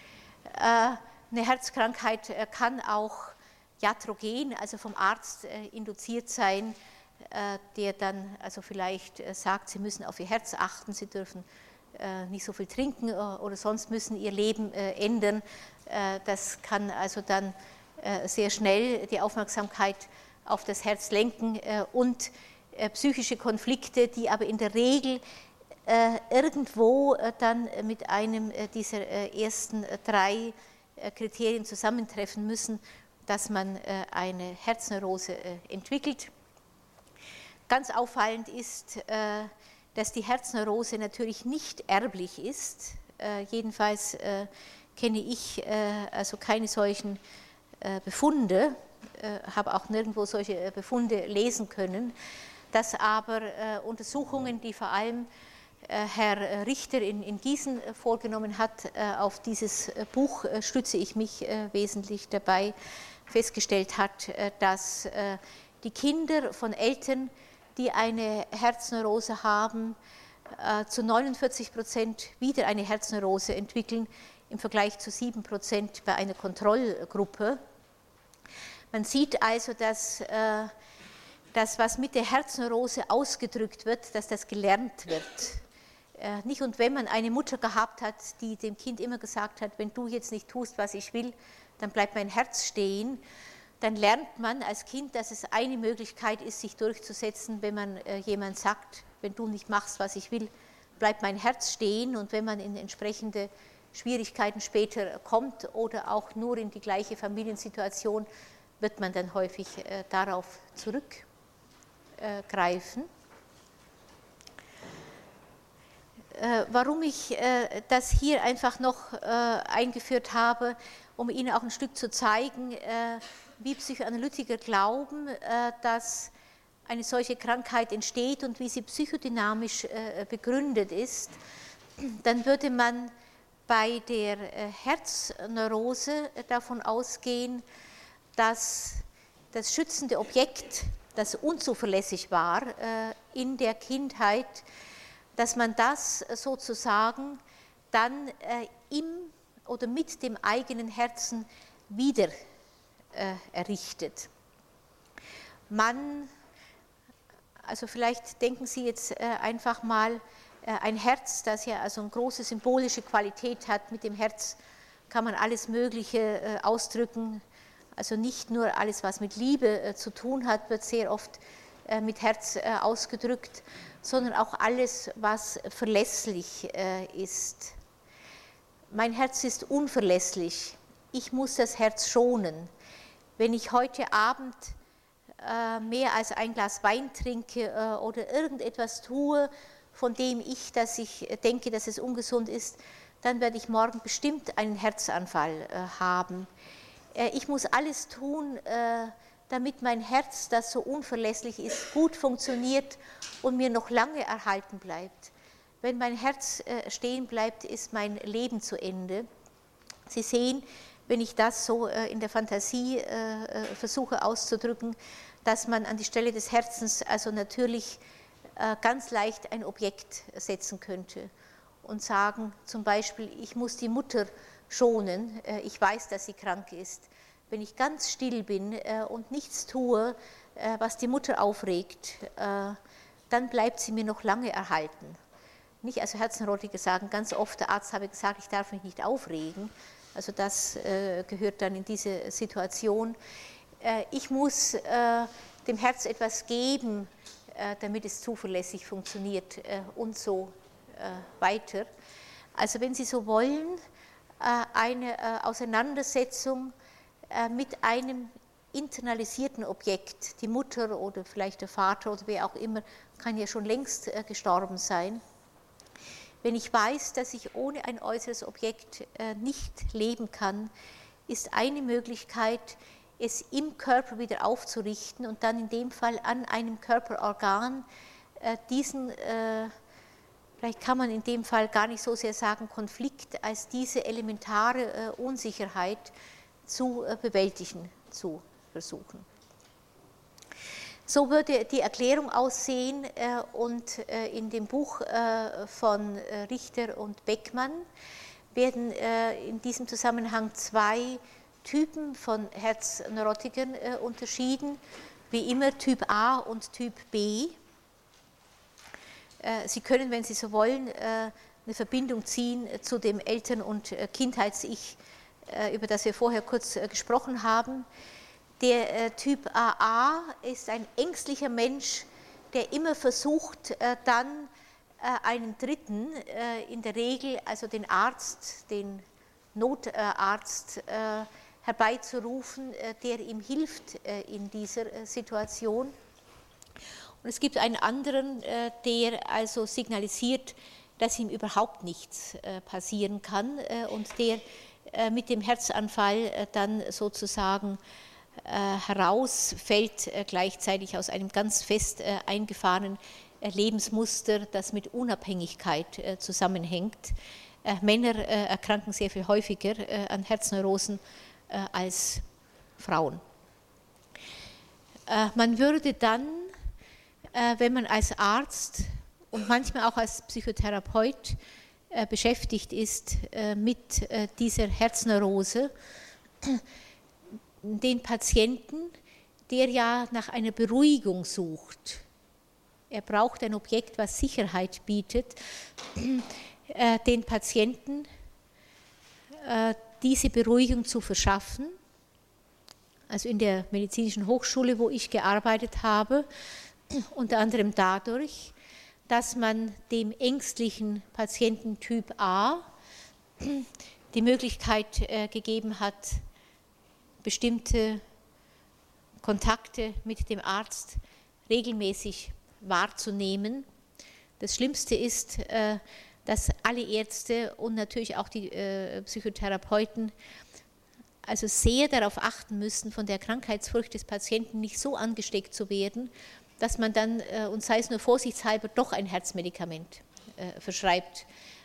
Eine Herzkrankheit kann auch iatrogen, also vom Arzt induziert sein, der dann also vielleicht sagt, Sie müssen auf Ihr Herz achten, Sie dürfen nicht so viel trinken oder sonst müssen Ihr Leben ändern. Das kann also dann sehr schnell die Aufmerksamkeit auf das Herz lenken, und psychische Konflikte, die aber in der Regel irgendwo dann mit einem dieser ersten drei Kriterien zusammentreffen müssen, dass man eine Herzneurose entwickelt. Ganz auffallend ist, dass die Herzneurose natürlich nicht erblich ist. Jedenfalls kenne ich also keine solchen Befunde, habe auch nirgendwo solche Befunde lesen können, dass aber Untersuchungen, die vor allem Herr Richter in Gießen vorgenommen hat, auf dieses Buch stütze ich mich wesentlich dabei, festgestellt hat, dass die Kinder von Eltern, die eine Herzneurose haben, zu 49% wieder eine Herzneurose entwickeln, im Vergleich zu 7% bei einer Kontrollgruppe. Man sieht also, dass das, was mit der Herzneurose ausgedrückt wird, dass das gelernt wird. Nicht, und wenn man eine Mutter gehabt hat, die dem Kind immer gesagt hat, wenn du jetzt nicht tust, was ich will, dann bleibt mein Herz stehen, dann lernt man als Kind, dass es eine Möglichkeit ist, sich durchzusetzen, wenn man jemand sagt, wenn du nicht machst, was ich will, bleibt mein Herz stehen, und wenn man in entsprechende Schwierigkeiten später kommt oder auch nur in die gleiche Familiensituation, wird man dann häufig darauf zurückgreifen. Warum ich das hier einfach noch eingeführt habe, um Ihnen auch ein Stück zu zeigen, wie Psychoanalytiker glauben, dass eine solche Krankheit entsteht und wie sie psychodynamisch begründet ist, dann würde man bei der Herzneurose davon ausgehen, dass das schützende Objekt, das unzuverlässig war in der Kindheit, dass man das sozusagen dann im oder mit dem eigenen Herzen wieder errichtet. Also vielleicht denken Sie jetzt einfach mal, ein Herz, das ja also eine große symbolische Qualität hat, mit dem Herz kann man alles Mögliche ausdrücken, also nicht nur alles, was mit Liebe zu tun hat, wird sehr oft mit Herz ausgedrückt, sondern auch alles, was verlässlich ist. Mein Herz ist unverlässlich, ich muss das Herz schonen. Wenn ich heute Abend mehr als ein Glas Wein trinke oder irgendetwas tue, von dem ich denke, dass es ungesund ist, dann werde ich morgen bestimmt einen Herzanfall haben. Ich muss alles tun, damit mein Herz, das so unverlässlich ist, gut funktioniert und mir noch lange erhalten bleibt. Wenn mein Herz stehen bleibt, ist mein Leben zu Ende. Sie sehen, wenn ich das so in der Fantasie versuche auszudrücken, dass man an die Stelle des Herzens also natürlich ganz leicht ein Objekt setzen könnte und sagen, zum Beispiel, ich muss die Mutter schonen, ich weiß, dass sie krank ist. Wenn ich ganz still bin und nichts tue, was die Mutter aufregt, dann bleibt sie mir noch lange erhalten. Nicht, also Herzneurotiker sagen ganz oft, der Arzt habe gesagt, ich darf mich nicht aufregen. Also das gehört dann in diese Situation. Ich muss dem Herz etwas geben, damit es zuverlässig funktioniert und so weiter. Also wenn Sie so wollen, eine Auseinandersetzung mit einem internalisierten Objekt, die Mutter oder vielleicht der Vater oder wer auch immer, kann ja schon längst gestorben sein. Wenn ich weiß, dass ich ohne ein äußeres Objekt nicht leben kann, ist eine Möglichkeit, es im Körper wieder aufzurichten und dann in dem Fall an einem Körperorgan diesen, vielleicht kann man in dem Fall gar nicht so sehr sagen Konflikt, als diese elementare Unsicherheit zu bewältigen, zu versuchen. So würde die Erklärung aussehen und in dem Buch von Richter und Beckmann werden in diesem Zusammenhang zwei Typen von Herzneurotikern unterschieden, wie immer Typ A und Typ B. Sie können, wenn Sie so wollen, eine Verbindung ziehen zu dem Eltern- und Kindheits-Ich, über das wir vorher kurz gesprochen haben. Der Typ AA ist ein ängstlicher Mensch, der immer versucht, dann einen Dritten, in der Regel also den Arzt, den Notarzt, herbeizurufen, der ihm hilft in dieser Situation. Und es gibt einen anderen, der also signalisiert, dass ihm überhaupt nichts passieren kann und der mit dem Herzanfall dann sozusagen herausfällt, gleichzeitig aus einem ganz fest eingefahrenen Lebensmuster, das mit Unabhängigkeit zusammenhängt. Männer erkranken sehr viel häufiger an Herzneurosen als Frauen. Man würde dann, wenn man als Arzt und manchmal auch als Psychotherapeut beschäftigt ist mit dieser Herzneurose, den Patienten, der ja nach einer Beruhigung sucht. Er braucht ein Objekt, was Sicherheit bietet, den Patienten diese Beruhigung zu verschaffen. Also in der Medizinischen Hochschule, wo ich gearbeitet habe, unter anderem dadurch, dass man dem ängstlichen Patienten Typ A die Möglichkeit gegeben hat, bestimmte Kontakte mit dem Arzt regelmäßig wahrzunehmen. Das Schlimmste ist, dass alle Ärzte und natürlich auch die Psychotherapeuten also sehr darauf achten müssen, von der Krankheitsfurcht des Patienten nicht so angesteckt zu werden, dass man dann, und sei es nur vorsichtshalber, doch ein Herzmedikament verschreibt.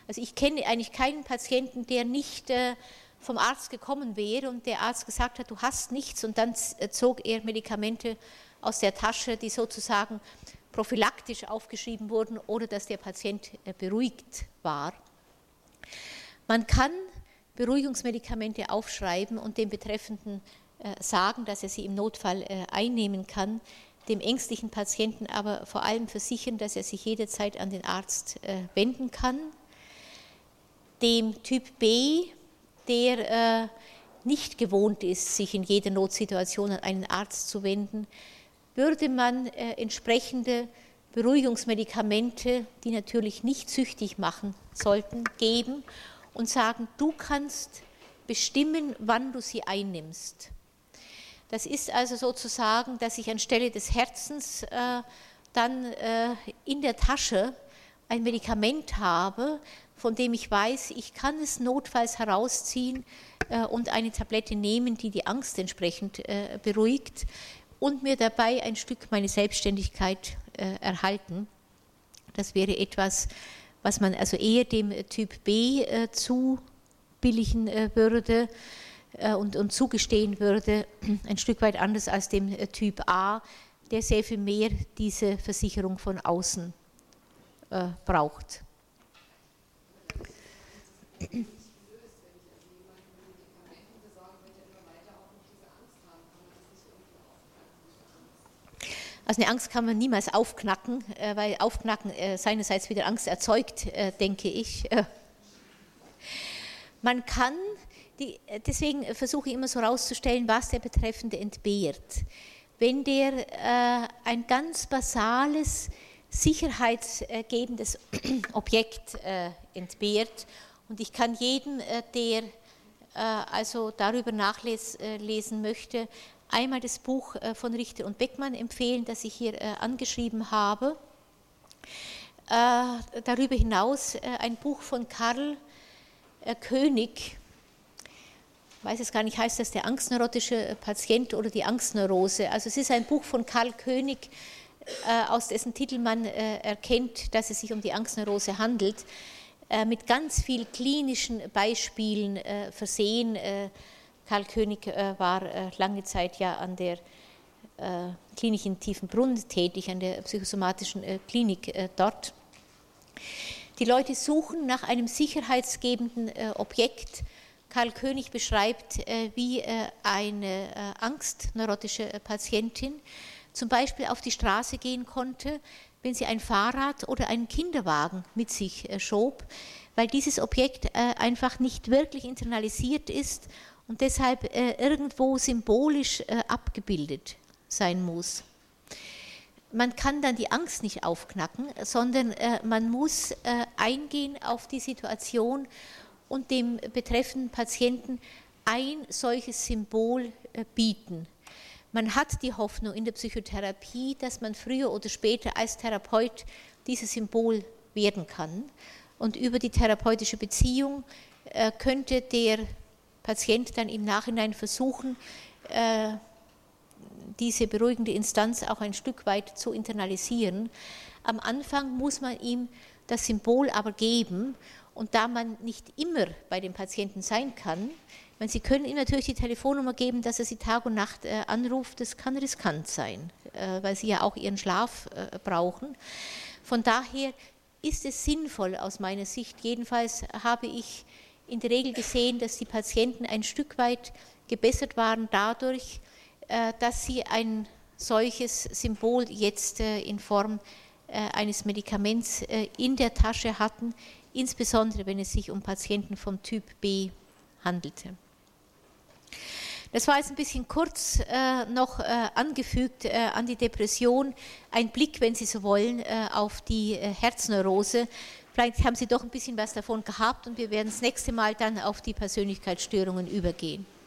Also ich kenne eigentlich keinen Patienten, der nicht vom Arzt gekommen wäre und der Arzt gesagt hat, du hast nichts, und dann zog er Medikamente aus der Tasche, die sozusagen prophylaktisch aufgeschrieben wurden, oder dass der Patient beruhigt war. Man kann Beruhigungsmedikamente aufschreiben und dem Betreffenden sagen, dass er sie im Notfall einnehmen kann, dem ängstlichen Patienten aber vor allem versichern, dass er sich jederzeit an den Arzt wenden kann. Dem Typ B, der nicht gewohnt ist, sich in jeder Notsituation an einen Arzt zu wenden, würde man entsprechende Beruhigungsmedikamente, die natürlich nicht süchtig machen sollten, geben und sagen, du kannst bestimmen, wann du sie einnimmst. Das ist also sozusagen, dass ich anstelle des Herzens dann in der Tasche ein Medikament habe, von dem ich weiß, ich kann es notfalls herausziehen und eine Tablette nehmen, die die Angst entsprechend beruhigt und mir dabei ein Stück meine Selbstständigkeit erhalten. Das wäre etwas, was man also eher dem Typ B zubilligen würde und zugestehen würde, ein Stück weit anders als dem Typ A, der sehr viel mehr diese Versicherung von außen braucht. Also eine Angst kann man niemals aufknacken, weil Aufknacken seinerseits wieder Angst erzeugt, denke ich. Man kann, deswegen versuche ich immer so herauszustellen, was der Betreffende entbehrt. Wenn der ein ganz basales, sicherheitsgebendes Objekt entbehrt, und ich kann jedem, der also darüber nachlesen möchte, einmal das Buch von Richter und Beckmann empfehlen, das ich hier angeschrieben habe. Darüber hinaus ein Buch von Karl König, ich weiß es gar nicht, heißt das der angstneurotische Patient oder die Angstneurose. Also es ist ein Buch von Karl König, aus dessen Titel man erkennt, dass es sich um die Angstneurose handelt, mit ganz vielen klinischen Beispielen versehen. Karl König war lange Zeit ja an der Klinik in Tiefenbrunn tätig, an der psychosomatischen Klinik dort. Die Leute suchen nach einem sicherheitsgebenden Objekt. Karl König beschreibt, wie eine angstneurotische Patientin zum Beispiel auf die Straße gehen konnte, wenn sie ein Fahrrad oder einen Kinderwagen mit sich schob, weil dieses Objekt einfach nicht wirklich internalisiert ist und deshalb irgendwo symbolisch abgebildet sein muss. Man kann dann die Angst nicht aufknacken, sondern man muss eingehen auf die Situation und dem betreffenden Patienten ein solches Symbol bieten. Man hat die Hoffnung in der Psychotherapie, dass man früher oder später als Therapeut dieses Symbol werden kann. Und über die therapeutische Beziehung könnte der Patient dann im Nachhinein versuchen, diese beruhigende Instanz auch ein Stück weit zu internalisieren. Am Anfang muss man ihm das Symbol aber geben, und da man nicht immer bei dem Patienten sein kann, Sie können ihm natürlich die Telefonnummer geben, dass er sie Tag und Nacht anruft, das kann riskant sein, weil sie ja auch ihren Schlaf brauchen. Von daher ist es sinnvoll aus meiner Sicht, jedenfalls habe ich in der Regel gesehen, dass die Patienten ein Stück weit gebessert waren dadurch, dass sie ein solches Symbol jetzt in Form eines Medikaments in der Tasche hatten, insbesondere wenn es sich um Patienten vom Typ B handelte. Das war jetzt ein bisschen kurz noch angefügt an die Depression, ein Blick, wenn Sie so wollen, auf die Herzneurose. Vielleicht haben Sie doch ein bisschen was davon gehabt und wir werden das nächste Mal dann auf die Persönlichkeitsstörungen übergehen.